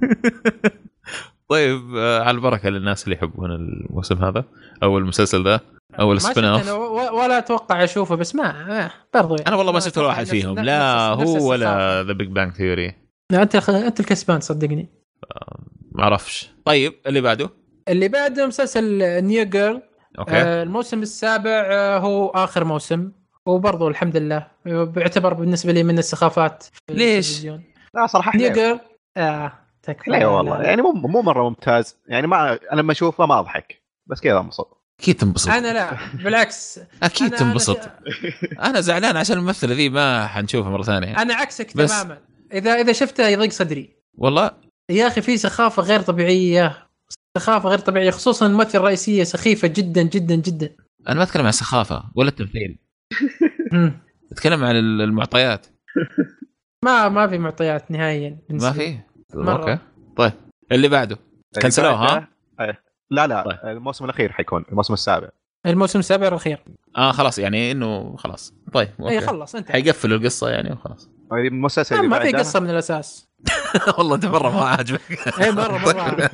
طيب على البركه للناس اللي يحبون الموسم هذا او المسلسل ذا او السبين اوف. ولا اتوقع اشوفه بس ما برضو انا والله ما شفت ولا واحد فيهم لا هو ولا ذا بيج بانج ثيوري. لا انت انت الكسبان صدقني. ما اعرفش. طيب اللي بعده اللي بعده مسلسل نيو جيرل. اوكي آه الموسم السابع آه هو اخر موسم، وبرضه الحمد لله بيعتبر بالنسبه لي من السخافات في ليش؟ التلفزيون. لا صراحه نيو حلو جيرل اه تكفى. لا والله يعني مو مو مره ممتاز يعني، ما انا لما اشوفه ما اضحك بس كذا انبسط. اكيد تنبسط. انا لا بالعكس اكيد أنا تنبسط. أنا, انا زعلان عشان الممثله ذي ما حنشوفها مره ثانيه. أنا عكسك بس. تماما. اذا اذا شفته يضيق صدري والله يا اخي. في سخافه غير طبيعيه، سخافه غير طبيعيه، خصوصا الممثله الرئيسيه سخيفه جدا جدا جدا. انا ما اتكلم عن السخافه ولا التمثيل، مم. اتكلم عن المعطيات. ما ما في معطيات نهائيا ما في. مرة. اوكي طيب اللي بعده كنسلوه ها؟ لا لا طيب. الموسم الاخير حيكون الموسم السابع. الموسم السابع الاخير. اه خلاص يعني انه خلاص. طيب اوكي اي خلص انت حيقفل القصه يعني وخلاص. المسلسل اللي ما في بعده قصه من الاساس. والله انت مره ما عاجبك. اي مره مره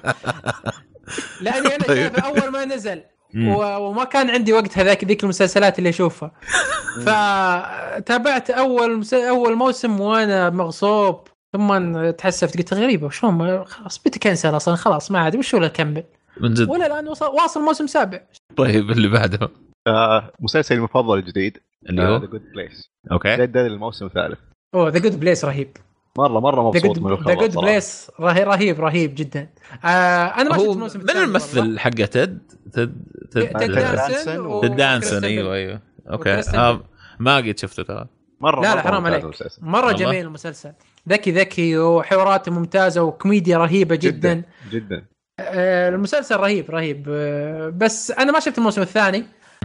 لاني انا شايف اول ما نزل و- وما كان عندي وقت هذاك ذيك المسلسلات اللي اشوفها، فتابعت اول مس... اول موسم وانا مغصوب، ثم تحسفت قلت غريبه شلون ما- خلاص بتكنسل اصلا خلاص ما عاد وش ولا اكمل من جد. ولا الان وصل واصل موسم سابع. طيب اللي بعده آه مسلسل المفضل الجديد اللي هو ذا جود بليس. اوكي جدد الموسم الثالث. اوه ذا جود بليس رهيب. مره مره مبسوط من ذا الخبر جود صراحة. بليس رهيب رهيب رهيب جدا. آه انا ما شفت هو الموسم من الثاني الممثل حقه تد تد تد تد دانسن و- تد دانسن وكريستن ايوه بيل. ايوه اوكي وكريستن ها بيل. ما قد شفته ترى. مره لا مرة لا حرام ممتاز عليك المسلسل. مرة والله. جميل المسلسل، ذكي ذكي وحواراته ممتازة وكوميديا رهيبة جدا, جدا جدا. آه المسلسل رهيب رهيب. آه بس أنا ما شفت الموسم الثاني.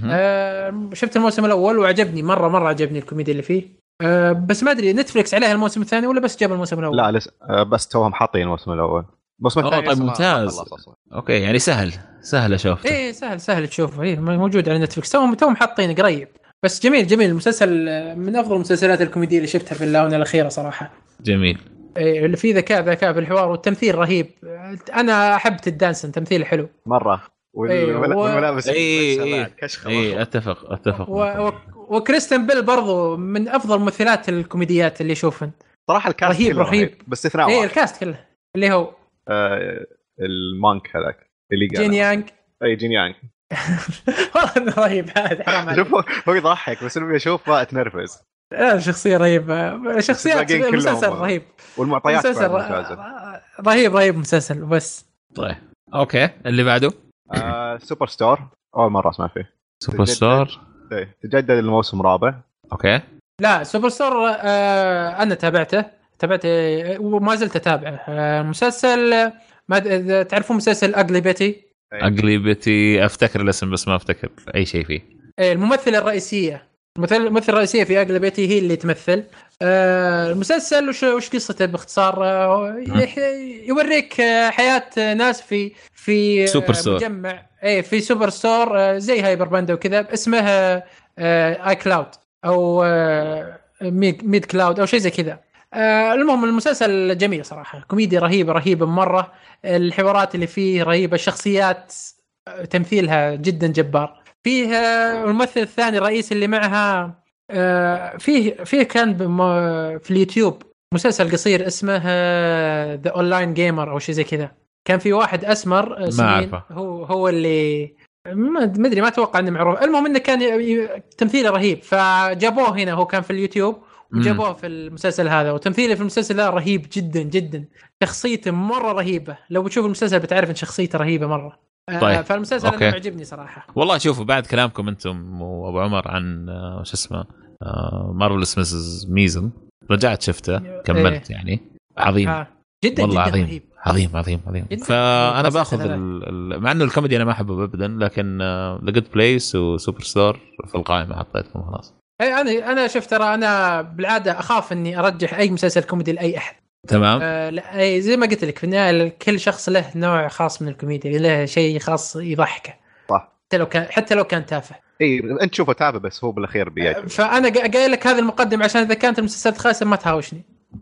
آه شفت الموسم الأول وعجبني مرة مرة عجبني الكوميديا اللي فيه. آه بس ما أدري نتفليكس عليها الموسم الثاني ولا بس جاب الموسم الأول؟ لا لسه آه بس توهم حاطين الموسم الاول. الموسم أوه، الثاني طيب لسه ما- ممتاز. ما خلص أصلاً. اوكي يعني سهل سهل اشوفه. إيه سهل سهل تشوفه، إيه موجود على نتفليكس توهم توهم حاطين قريب. بس جميل جميل المسلسل، آه، من أفضل المسلسلات الكوميدية اللي شفتها في الآونة الأخيرة صراحة. جميل. إيه اللي فيه ذكاء ذكاء في الحوار والتمثيل رهيب. أنا أحب الدانسن تمثيل حلو. مره وال- إيه، والملا- و- والملابس اي كويسة اي بعد، كشخة اي مرة. اتفق اتفق. و... و... وكريستن بيل برضو من افضل ممثلات الكوميديات اللي يشوفن. صراحه الكاست رهيب كله رهيب. باستثناء ايه واحد. الكاست كله اللي هو آه المانك هذاك اللي قال جين يانج. اي جين يانج. والله رهيب هذا حرام عليك. شوف هو يضحك بس لما اشوف ما اتنرفز. لا شخصيه رهيبه، شخصيات الباقيين كلهم المسلسل رهيب. والمعطيات مسلسل بعد ممتازه. رهيب رهيب مسلسل. بس طيب اوكي اللي بعده آه سوبر ستور اول مره اسمع فيه. سوبر ستار. إيه، تجدد الموسم الرابع. اوكي لا سوبر ستور آه انا تابعته تابعته وما زلت اتابعه. آه مسلسل ما د- تعرفون مسلسل اقلي بيتي؟ اقلبتي افتكر الاسم بس ما افتكر اي شيء فيه. إيه الممثلة الرئيسية الممثلة الممثلة الرئيسية في أغلبيته هي اللي تمثل. آه المسلسل وش وش قصته باختصار؟ آه يح- يوريك آه، حياة ناس في في آه، سوبر ستور. مجمع ايه في سوبر ستور آه، زي هايبر باندا وكذا اسمه آه، اي كلاود او آه، ميد, ميد كلاود او شيء زي كذا. آه المهم المسلسل جميل صراحة، كوميديا رهيبة رهيبة مرة، الحوارات اللي فيه رهيبة، الشخصيات آه، تمثيلها جدا جبار. فيه الممثل الثاني الرئيس اللي معها آه، فيه فيه كان بم- في اليوتيوب مسلسل قصير اسمه ذا اونلاين جيمر او شيء زي كذا. كان في واحد اسمر آه، ما سمين أعرفه. هو هو اللي ما ما ادري ما اتوقع انه معروف. المهم انه كان ي- ي- تمثيله رهيب فجابوه هنا، هو كان في اليوتيوب وجابوه في المسلسل هذا، وتمثيله في المسلسل هذا رهيب جدا جدا، شخصيته مره رهيبه. لو بتشوف المسلسل بتعرف ان شخصيته رهيبه مره. آه، طيب. فالمسلسل أوكي. انا معجبني صراحه. والله شوفوا بعد كلامكم انتم وابو عمر عن آه، شو اسمه مارفلس مسز ميزن رجعت شفته كملت يعني عظيم. آه. جدا والله جدا عظيم رهيب. عظيم عظيم عظيم. جداً. فانا المسلسل باخذ هذا. ال... ال... مع انه الكوميدي انا ما احبه ابدا، لكن ذا جود بليس وسوبر ستار في القائمه حطيتهم خلاص. اي انا انا شفت ترى انا بالعاده اخاف اني ارجح اي مسلسل كوميدي لاي احد. تمام. آه لا أي زي ما قلت لك في النهايه كل شخص له نوع خاص من الكوميديا، له شيء خاص يضحكه صح. حتى لو كان حتى لو كان تافه. اي انت تشوفه تابع بس هو بالاخير بيعجبك. فانا قا- قايل لك هذا المقدم عشان اذا كانت المسلسلات خايسه ما تهاوشني.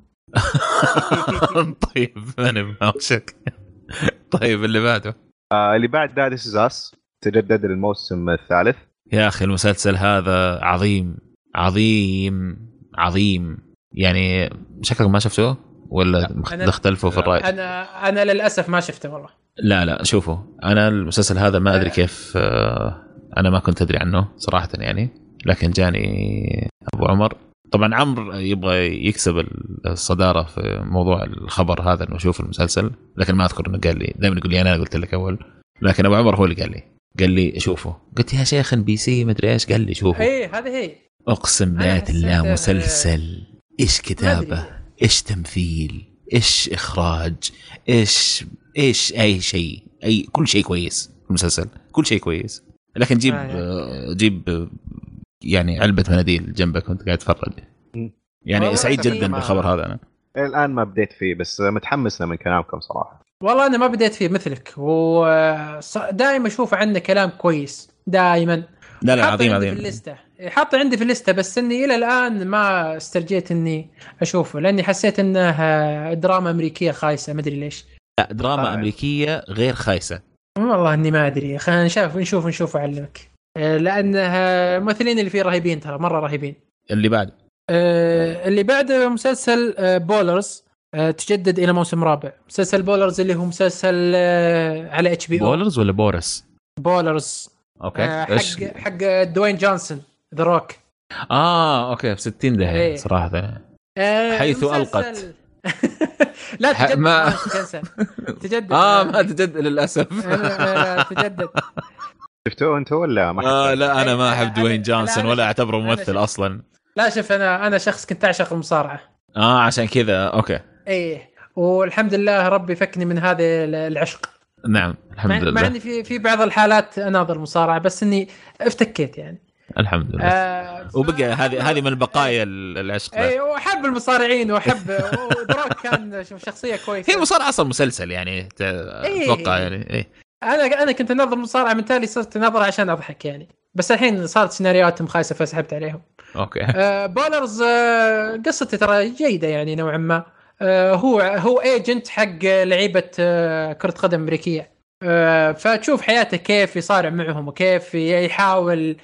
طيب انا بناقشك. طيب اللي بعده آه اللي بعد ذا ذيس اس تجدد الموسم الثالث. يا اخي المسلسل هذا عظيم عظيم عظيم يعني. شكلك ما شفته؟ ولا اختلفوا في الرأي؟ انا انا للاسف ما شفته والله. لا لا شوفوا، انا المسلسل هذا ما ادري كيف، انا ما كنت ادري عنه صراحه يعني، لكن جاني ابو عمر. طبعا عمرو يبغى يكسب الصداره في موضوع الخبر هذا انه يشوف المسلسل، لكن ما اذكر انه قال لي، دائما يقول لي انا قلت لك اول، لكن ابو عمر هو اللي قال لي قال لي شوفه. قلت يا شيخ بي سي مدري ايش، قال لي شوفه. اي هذه هي، اقسم بالله مسلسل ايش كتابه، ايش تمثيل، ايش اخراج، ايش ايش اي شيء، اي كل شيء كويس في المسلسل، كل شيء كويس. لكن جيب آه جيب يعني علبه مناديل جنبك وانت قاعد تتفرج يعني. سعيد جدا بالخبر هذا. انا الان ما بديت فيه بس متحمس من كلامكم صراحه. والله انا ما بديت فيه مثلك، ودائما اشوف عنه كلام كويس دائما. لا لا عظيم عظيم. في الليسته حاطه عندي في الليسته، بس اني الى الان ما استرجيت اني اشوفه، لاني حسيت انها دراما امريكيه خايسه، ما ادري ليش. لا دراما آه. امريكيه غير خايسه والله اني ما ادري. خلينا نشوف نشوف نشوف اعلمك، لانها الممثلين اللي فيه رهيبين، ترى مره رهيبين. اللي بعد آه اللي بعده مسلسل آه بولرز، آه تجدد الى موسم رابع. مسلسل بولرز اللي هو مسلسل آه على اتش بي او. بولرز ولا بورس؟ بولرز اوكي. آه حق حق دوين جونسون ذا روك. اه اوكي في ستين ده ايه. صراحه آه حيث القت لا تجدد ما تجدد اه ما تجدد للاسف. لا تجدد. شفتوه انت ولا ما؟ آه لا انا ما احب دوين جونسون ولا اعتبره ممثل اصلا. لا شوف انا انا شخص كنت اعشق المصارعه. اه عشان كذا اوكي. ايه والحمد لله ربي فكني من هذا العشق. نعم الحمد لله. مع اني في في بعض الحالات اناظر مصارعه، بس اني افتكيت يعني الحمد لله. آه وبقى هذه هذه من بقايا العشق. اي واحب المصارعين واحب ودروك كان شخصيه كويسه. هي المصارعه اصلا مسلسل يعني اتوقع إيه. يعني ايه. انا انا كنت انظر مصارعه من تالي صرت انظر عشان اضحك يعني، بس الحين صارت سيناريوهاتهم خايسه فسحبت عليهم. اوكي. آه بولرز آه قصته ترى جيده يعني نوعا ما. آه هو هو ايجنت حق لعيبه آه كره قدم امريكيه. آه فتشوف حياته كيف يصارع معهم وكيف يحاول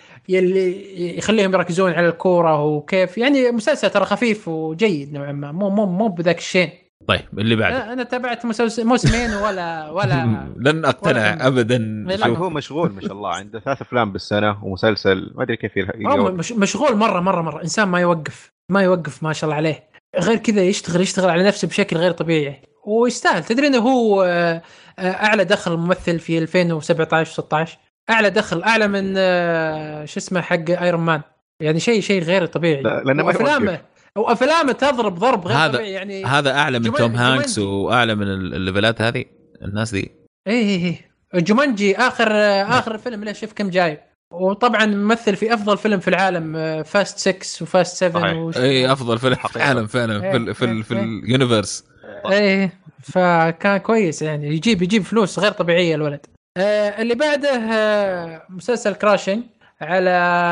يلي يخليهم يركزون على الكوره، وكيف يعني مسلسل ترى خفيف وجيد نوعا ما، مو مو مو بذاك الشيء. طيب اللي بعده. انا تابعت موسمين ولا ولا لن اقتنع ولا ابدا. هو مشغول ما شاء الله، عنده ثلاث افلام بالسنه ومسلسل ما ادري كيف مش مشغول مره مره مره انسان ما يوقف ما يوقف ما شاء الله عليه. غير كذا يشتغل يشتغل على نفسه بشكل غير طبيعي ويستاهل. تدري انه هو اعلى دخل ممثل في ألفين وسبعة عشر ستة عشر، اعلى دخل اعلى من شو اسمه حق ايرون مان، يعني شيء شيء غير طبيعي. لانه افلامه وافلامه تضرب ضرب غير طبيعي يعني. هذا اعلى من توم هانكس واعلى من الليفلات هذه الناس دي. ايه ايه جومانجي اخر اخر فيلم له شوف كم جايب، وطبعا ممثل في افضل فيلم في العالم فاست ستة وفاست سبعة وش... اي افضل فيلم في العالم فعلا في ال في ال في اليونيفرس. ايه فكان كويس يعني، يجيب يجيب فلوس غير طبيعيه الولد. آه اللي بعده آه مسلسل كراشنج على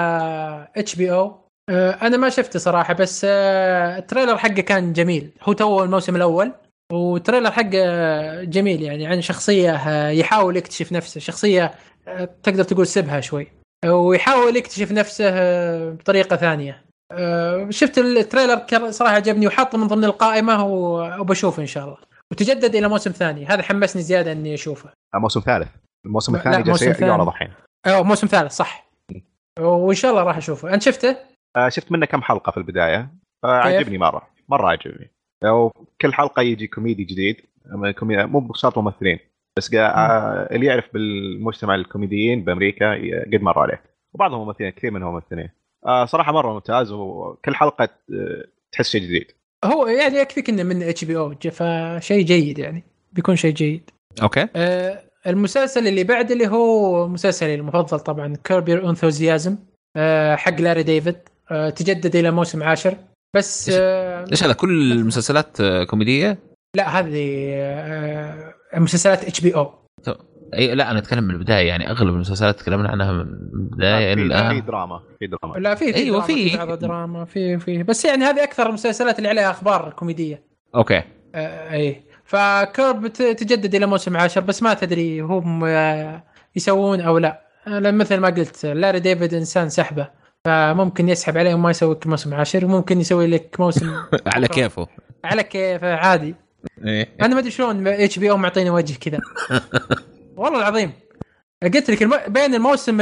اتش بي او. آه انا ما شفته صراحه، بس آه التريلر حقه كان جميل. هو تو الموسم الاول وتريلر حقه جميل يعني، عن شخصيه آه يحاول يكتشف نفسه، شخصيه آه تقدر تقول سبها شوي، ويحاول يكتشف نفسه آه بطريقه ثانيه. آه شفت التريلر صراحه عجبني وحاطه من ضمن القائمه وبشوفه ان شاء الله. وتجدد الى موسم ثاني، هذا حمسني زياده اني اشوفه. موسم ثالث الموسم الثاني جالس يعرض الحين. اه موسم ثالث صح. وان شاء الله راح اشوفه. انت شفته؟ آه شفت منه كم حلقه في البدايه. آه عجبني مره مره عجبني. وكل حلقه يجي كوميدي جديد، مو بشرط ممثلين بس آه اللي يعرف بالمجتمع الكوميديين بامريكا قد مر عليه، وبعضهم ممثلين كثير منهم ممثلين. آه صراحه مره ممتاز، وكل حلقه آه تحس شيء جديد. هو يعني يكفيك انه من اتش بي او، فشيء جيد يعني، بيكون شيء جيد. اوكي. آه المسلسل اللي بعد اللي هو مسلسلي المفضل طبعا كيرب يور انثوزيازم، آه حق لاري ديفيد، آه تجدد الى موسم عاشر. بس آه ليش هذا كل المسلسلات آه كوميديه؟ لا هذه آه مسلسلات اتش بي او. اي لا انا اتكلم من البدايه يعني، اغلب المسلسلات تكلمنا عنها من البدايه الى الان. في دراما في دراما لا في في ايوه في, في بعض دراما في في بس يعني هذه اكثر المسلسلات اللي عليها اخبار كوميديه. اوكي. آه اي فكيرب تجدد الى موسم عاشر، بس ما تدري هم آه يسوون او لا. مثل ما قلت لاري ديفيد انسان سحبه، فممكن يسحب عليه وما يسوي لك موسم عاشر وممكن يسوي لك موسم على كيفه على كيف عادي. إيه. انا ما ادري شلون اتش بي او معطيني وجه كذا والله العظيم. قلت لك الم... بين الموسم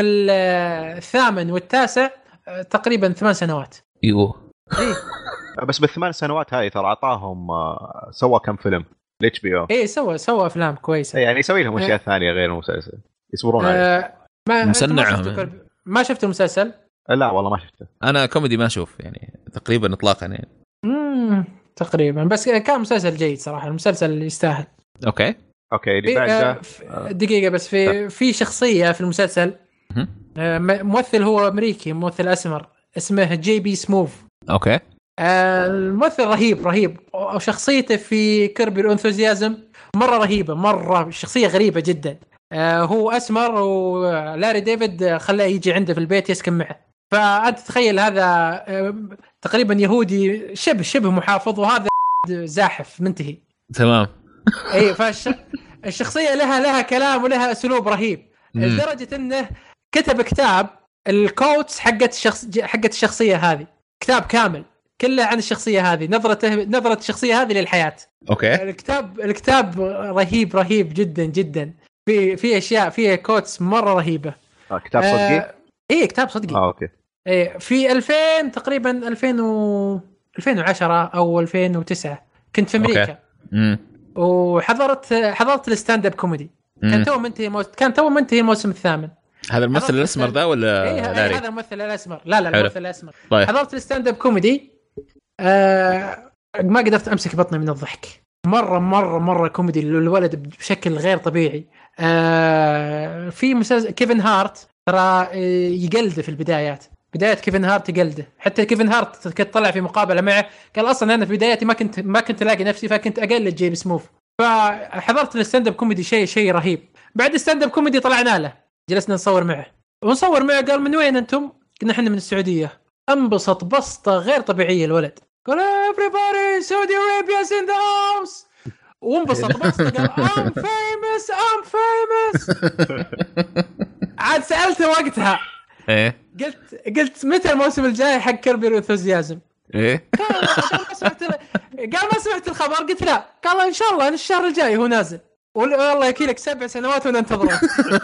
الثامن والتاسع تقريبا ثمان سنوات. ايوه ايه بس بالثمان سنوات هاي ترى اعطاهم سوى كم فيلم الاتش بي او. ايه سوى سوى افلام كويسه يعني يسوي لهم اشياء ثانيه غير المسلسل يصبرون عليه. آه ما مسنعهم. ما شفت المسلسل؟ لا والله ما شفته. انا كوميدي ما اشوف يعني تقريبا اطلاقا يعني. امم تقريبا بس كان مسلسل جيد صراحه. المسلسل يستاهل. اوكي اوكي اللي بعده دقيقه بس في في شخصيه في المسلسل ممثل هو امريكي ممثل اسمر اسمه جي بي سموف. اوكي الممثل رهيب رهيب وشخصيته في كيربي الانثوزيازم مره رهيبه مره شخصيه غريبه جدا. هو اسمر ولاري ديفيد خلاه يجي عنده في البيت يسكن معه. فانت تخيل هذا تقريبا يهودي شبه شبه محافظ وهذا زاحف منتهي تمام. اي فالشخصيه لها لها كلام ولها اسلوب رهيب لدرجه انه كتب كتاب الكوتس حقت الشخص حقت الشخصيه هذه كتاب كامل كله عن الشخصيه هذه نظرته نظره الشخصيه هذه للحياه. اوكي الكتاب الكتاب رهيب رهيب جدا جدا في في اشياء فيها كوتس مره رهيبه. آه كتاب صدقي. آه ايه كتاب صدقي. اه اوكي. ايه في ألفين تقريبا ألفين و ألفين وعشرة او ألفين وتسعة كنت في امريكا. امم وحضرت حضرت الستاند اب كوميدي. كان تو منتهي موس... كان تو منتهي الموسم الثامن. هذا الممثل الاسمر ده ولا إيه لاري؟ هذا الممثل الاسمر. لا لا الممثل الاسمر. طيب. حضرت الستاند اب كوميدي آه... ما قدرت امسك بطني من الضحك. مره مره مره كوميدي الولد بشكل غير طبيعي. آه... في مسلسل كيفن هارت ترى يقلده في البدايات. بدايه كيفن هارت يقلده. حتى كيفن هارت كنت طلع في مقابله معه قال اصلا انا في بدايتي ما كنت ما كنت الاقي نفسي فكنت اقلد جيبي سموف. فحضرت الستاند اب كوميدي شيء شيء رهيب. بعد الستاند اب كوميدي طلعنا له جلسنا نصور معه ونصور معه قال من وين انتم؟ قلنا احنا من السعوديه. انبسط بسطه غير طبيعيه الولد. قال everybody Saudi Arabia's in the house. وانبسط بسطه قال I'm famous I'm famous. عاد سألته وقتها ايه قلت قلت متى الموسم الجاي حق كيربي الانثوزيازم؟ ايه قال ما سمعت قال ما سمعت الخبر. قلت لا. قال ان شاء الله الشهر الجاي هو نازل. والله يكيلك سبع سنوات وننتظره.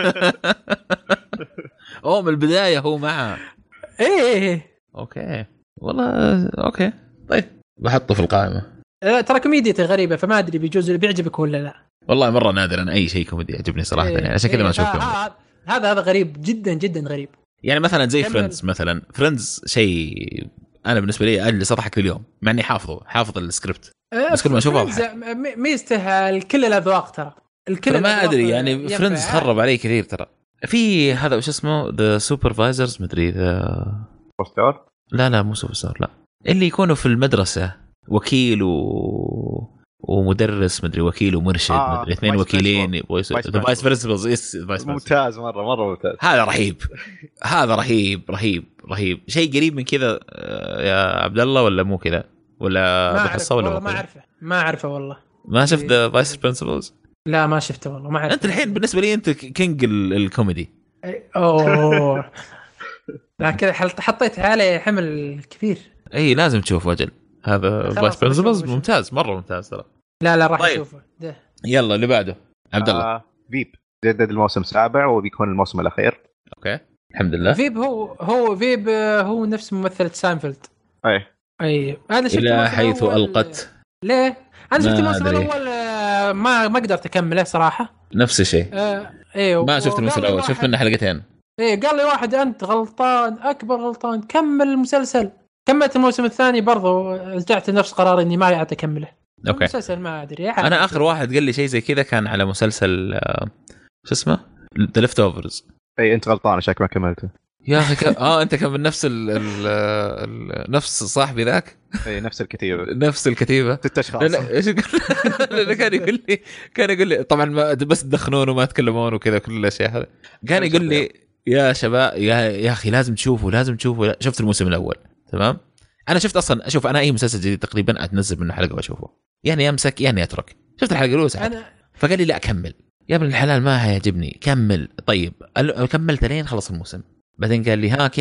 اوه من البدايه هو معه. ايه ايه اوكي والله اوكي طيب بحطه في القائمه. ترى كوميديته غريبه فما ادري بيجوز اللي بيعجبك ولا لا. والله مره نادرا اي شيء كوميدي يعجبني صراحه إيه يعني عشان كذا إيه ما اشوف هذا هذا هذا غريب جدا جدا غريب. يعني مثلا زي كمل. فريندز مثلا فريندز شيء انا بالنسبه لي اجلس اضحك اليوم مع اني حافظه حافظ السكريبت بس كل ما اشوفه اضحك. ميزته الكل الاذواق ترى الكل ما ادري يعني فريندز خرب علي كثير ترى. في هذا وش اسمه ذا سوبرفايزرز مدري ذا بوستر. لا لا مو سوبرفايزر لا اللي يكونوا في المدرسه وكيل و ومدرس مدري وكيل ومرشد آه مدري اثنين وكيلين فايس برنسبلز. ممتاز مره مره ممتاز. هذا رهيب هذا رهيب رهيب رهيب شيء قريب من كذا يا عبد الله ولا مو كذا ولا بحصه ولا ما اعرفه ما اعرفه والله ما شفت ذا فايس برنسبلز. لا ما شفته والله ما اعرف. انت الحين بالنسبه لي انت كينج الكوميدي. اوه لا كذا حطيت عليه حمل كبير. اي لازم تشوف وجل هذا فايس برنسبلز ممتاز مره ممتاز ترى. لا لا راح طيب. اشوفه ده. يلا اللي بعده عبد الله. آه فيب جدد الموسم السابع وبيكون الموسم الاخير. اوكي الحمد لله. فيب هو هو فيب هو نفس ممثلة ساينفيلد. اي اي انا شفت الى حيث القت. ليه انا شفت الموسم أدري. الاول ما ما قدرت اكمله صراحه. نفس الشيء. آه ايه ما شفت الموسم الاول شفت منه حلقتين. ايه قال لي واحد انت غلطان اكبر غلطان كمل المسلسل. كملت الموسم الثاني برضو رجعت لنفس قراري اني ما قاعد اكمله. اوكي المسلسل ما ادري انا اخر واحد قال لي شيء زي كذا كان على مسلسل شو اسمه ذا ليفت اوفرز. اي انت غلطان شكلك ما كملته يا اخي ك... اه انت كان من نفس ال... ال... ال... نفس صاحبي ذاك. اي نفس الكتيبه نفس الكتيبه ست اشخاص. لأن كان يقول لي كان يقول لي طبعا ما بس تدخنون وما تكلمون وكذا كل الاشياء هذا. كان يقول لي يا شباب يا يا اخي لازم تشوفوا لازم تشوفوا. شفت الموسم الاول تمام. انا شفت اصلا اشوف انا اي مسلسل جديد تقريبا اتنزل منه حلقه واشوفه يعني امسك يعني اترك. شفت الحلقه الاولى أنا... فقال لي لا كمل يا ابن الحلال ما هيعجبني كمل. طيب كملت لين خلص الموسم بعدين قال لي ها كيف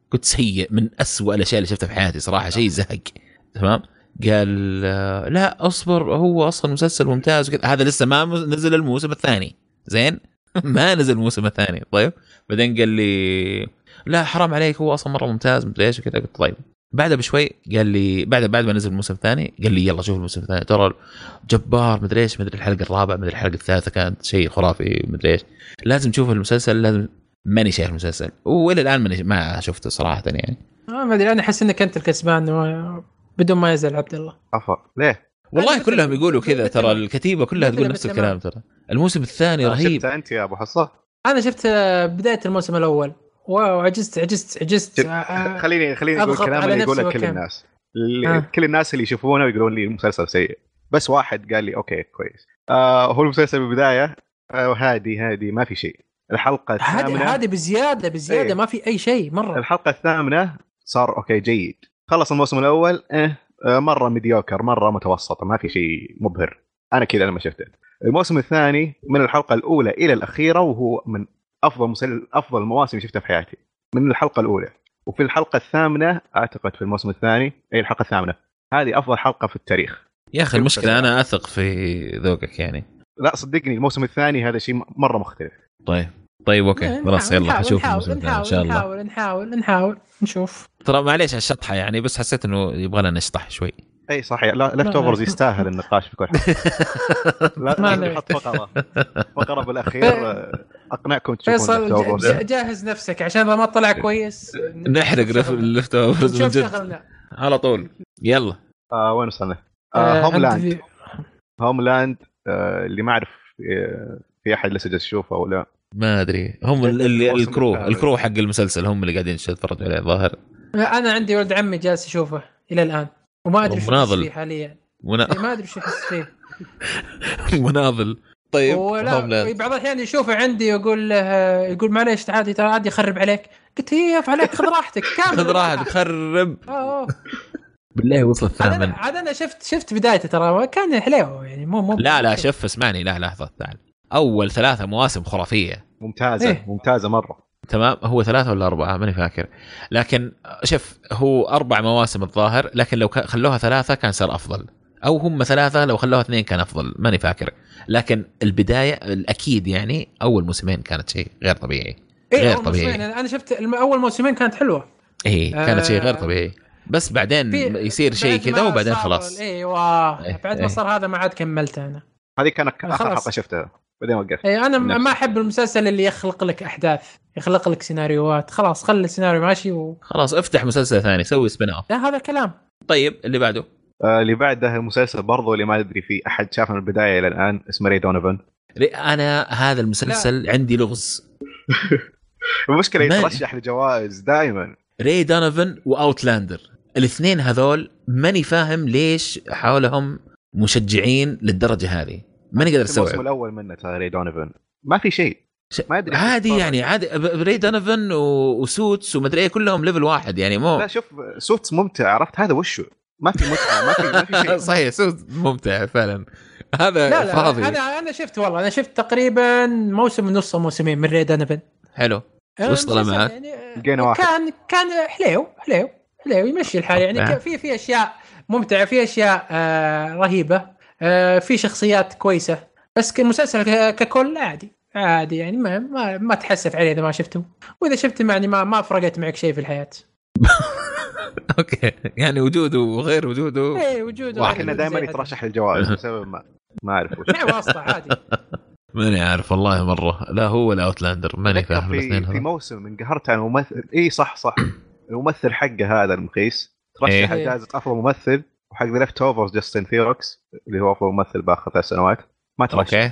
كنت سيء من أسوأ الاشياء اللي شفتها في حياتي صراحه، شيء زهق. تمام. قال لا اصبر هو اصلا مسلسل ممتاز وكذا. هذا لسه ما نزل الموسم الثاني زين ما نزل الموسم الثاني. طيب بعدين قال لي لا حرام عليك هو اصلا مره ممتاز مدري ايش وكذا. قلت طيب. بعدها بشوي قال لي بعد بعد ما نزل الموسم الثاني قال لي يلا شوف الموسم الثاني ترى جبار مدري ايش، مدري الحلقه الرابعه مدري الحلقه الثالثه كانت شيء خرافي مدري ايش، لازم تشوف المسلسل لازم. ماني شايف المسلسل والى الان ماني ما شفته صراحه يعني. اه ما ادري انا احس انك انت الكسبان و... بدون ما يزعل عبد الله. عفوا ليه والله كلهم يقولوا كذا ترى الكتيبه كلها تقول نفس الكلام. ترى الموسم الثاني رهيب. شفت انت يا ابو حصه؟ انا شفت بدايه الموسم الاول وعجزت عجزت عجزت خليني خليني اقول كلام اللي يقوله كل الناس اللي آه. كل الناس اللي يشوفونه ويقولون لي المسلسل سيء، بس واحد قال لي اوكي كويس. آه هو المسلسل بالبدايه آه هادي هادي ما في شيء. الحلقه الثامنه هادي بزياده بزياده ايه. ما في اي شيء مره. الحلقه الثامنه صار اوكي جيد. خلص الموسم الاول اه مره ميديوكر مره متوسطه ما في شيء مبهر. انا كذا لما شفته. الموسم الثاني من الحلقه الاولى الى الاخيره وهو من افضل مسلسل افضل المواسم شفتها في حياتي من الحلقه الاولى. وفي الحلقه الثامنه اعتقد في الموسم الثاني اي الحلقه الثامنه هذه افضل حلقه في التاريخ يا اخي. المشكله انا اثق في ذوقك يعني. لا صدقني الموسم الثاني هذا شيء مره مختلف. طيب طيب اوكي خلاص يلا نشوف الموسم الثاني ان شاء الله. نحاول نحاول نحاول نشوف. ترى معليش على الشطحه يعني بس حسيت انه يبغانا نشطح شوي. اي صحيح. لا لفت اوفرز يستاهل النقاش في كل حاجه. لا نحط فقره فقره بالاخير اقنعكم تشوفون لفت اوفرز. جاهز نفسك عشان ما طلع كويس نحرق لفت اوفرز من جد على طول. يلا آه وين وصلنا؟ آه هوملاند. هوملاند آه اللي ما اعرف في احد لسه جالس يشوفه ولا ما ادري. هم اللي الكرو الكرو حق المسلسل هم اللي قاعدين يتفرجوا عليه ظاهر. انا عندي ولد عمي جالس يشوفه الى الان وما ادري شو يحس فيه حاليا. منا... ما ادري شو يحس فيه. مناضل. طيب ولا بعض الاحيان يشوفه عندي يقول له يقول معليش تعال تعال عادي يخرب عليك. قلت هي عليك خذ راحتك كامل خذ راحتك خرب. اه بالله وصل الثامن. عاد انا شفت شفت بدايته ترى كان حلو يعني مو مو لا لا شوف اسمعني لا لحظه تعال. اول ثلاثه مواسم خرافيه ممتازه إيه؟ ممتازه مره. تمام. هو ثلاثة ولا أربعة ماني فاكر لكن شوف هو أربع مواسم الظاهر لكن لو خلوها ثلاثة كان صار أفضل أو هم ثلاثة لو خلوها اثنين كان أفضل ماني فاكر. لكن البداية الأكيد يعني أول موسمين كانت شيء غير طبيعي. إيه غير طبيعي. أنا شفت أول موسمين كانت حلوة. إيه كانت آه شيء غير طبيعي بس بعدين يصير شيء كذا وبعدين خلاص. أيوة إيه بعد ما صار هذا ما عاد كملت أنا. هذه كانت آخر حلقة شفتها. بعدين وقفت. اي انا ما احب المسلسل اللي يخلق لك احداث يخلق لك سيناريوهات. خلاص خلي السيناريو ماشي و... خلاص افتح مسلسل ثاني سوي سبين اوف. لا هذا الكلام. طيب اللي بعده آه اللي بعده المسلسل برضو اللي ما ادري فيه احد شافه من البدايه الى الان اسمه ري دونوفن. انا هذا المسلسل لا. عندي لغز. المشكله يترشح لجوائز دائما. ري دونوفن واوتلاندر الاثنين هذول ماني فاهم ليش حولهم مشجعين للدرجه هذه. ماني قادر استوعب. الموسم الاول منه ترى ري دونوفن ما في شيء ما ادري عادي يعني عادي. ري دونوفن وسوتس ومدري ايه كلهم ليفل واحد يعني مو. لا شوف سوتس ممتع عرفت هذا وشو ما في متعه ما في ما في شيء. صحيح سوتس ممتع فعلا هذا لا فاضي. لا انا انا شفت والله انا شفت تقريبا موسم ونص موسمين من ري دونوفن. حلو وش طلع معك؟ يعني كان كان حلو حلو حلو يمشي الحال يعني في في اشياء ممتعه في اشياء آه رهيبه آه في شخصيات كويسه بس المسلسل ككل عادي عادي يعني ما ما, ما تحسف عليه اذا ما شفته واذا شفته يعني ما ما فرقت معك شيء في الحياه. اوكي يعني وجوده وغير وجوده ايه وجوده واحنا دائما يترشح للجوائز بسبب ما ما اعرف وش واسطه عادي. ماني عارف والله مره لا هو ولا اوتلاندر ماني فاهم الاثنين. في موسم من قهرت على الممثل اي صح صح الممثل حقه هذا المقيس ترشح إيه؟ جائزة أفضل ممثل وحق ذا ليفت اوفرز جاستن ثيروكس اللي هو أفضل ممثل باخر ثلاث سنوات ما ترشح. أوكي.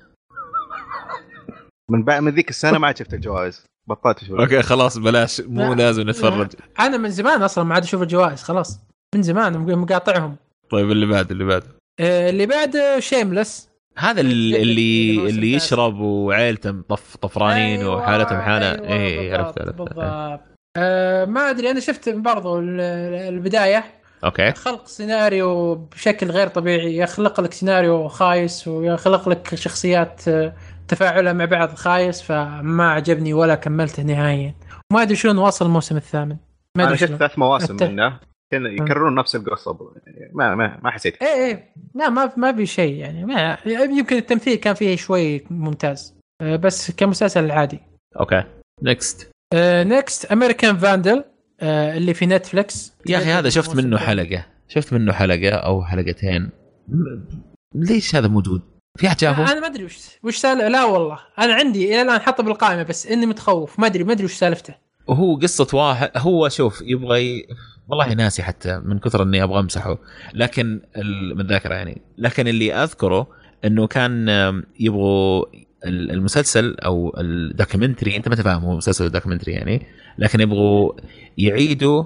من بعد من ذيك السنة ما عاد شفت الجوائز بطلت أشوف. أوكي خلاص بلاش مو لازم نتفرج. أنا من زمان أصلا ما عاد أشوف الجوائز خلاص من زمان مقاطعهم. طيب اللي بعد اللي بعد آه اللي بعد شيملس هذا اللي اللي, اللي يشرب وعائلته طف طفرانين أيوة وحالتهم حالة أيوة إيه عرفت عرفت. أه ما أدري أنا شفت برضو البداية. أوكي. خلق سيناريو بشكل غير طبيعي يخلق لك سيناريو خايس ويخلق لك شخصيات تفاعلها مع بعض خايس، فما عجبني ولا كملته نهائيا. ما ادري شلون واصل الموسم الثامن. ما انا ادري شفت شلون. ثلاث مواسم أت... منه كان يكررون نفس القصه يعني ما ما ما حسيت. ايه ايه لا ما ما في شيء يعني. ما يمكن التمثيل كان فيه شوي ممتاز بس كمسلسل عادي. اوكي نيكست. نيكست امريكان فاندل اللي في نتفليكس. يا اخي هذا شفت منه حلقه شفت منه حلقه او حلقتين. ليش هذا موجود؟ في احد شافه؟ انا ما ادري وش وش سالفه. لا والله انا عندي الى الان حاطه بالقائمه بس اني متخوف. ما ادري ما ادري وش سالفته. وهو قصه واحد هو شوف يبغى ي... والله ناسي حتى من كثر اني ابغى امسحه لكن من الذاكره يعني. لكن اللي اذكره انه كان يبغوا المسلسل او الدوكيومنتري، انت ما تفهم هو مسلسل دوكيومنتري يعني، لكن يبغوا يعيدوا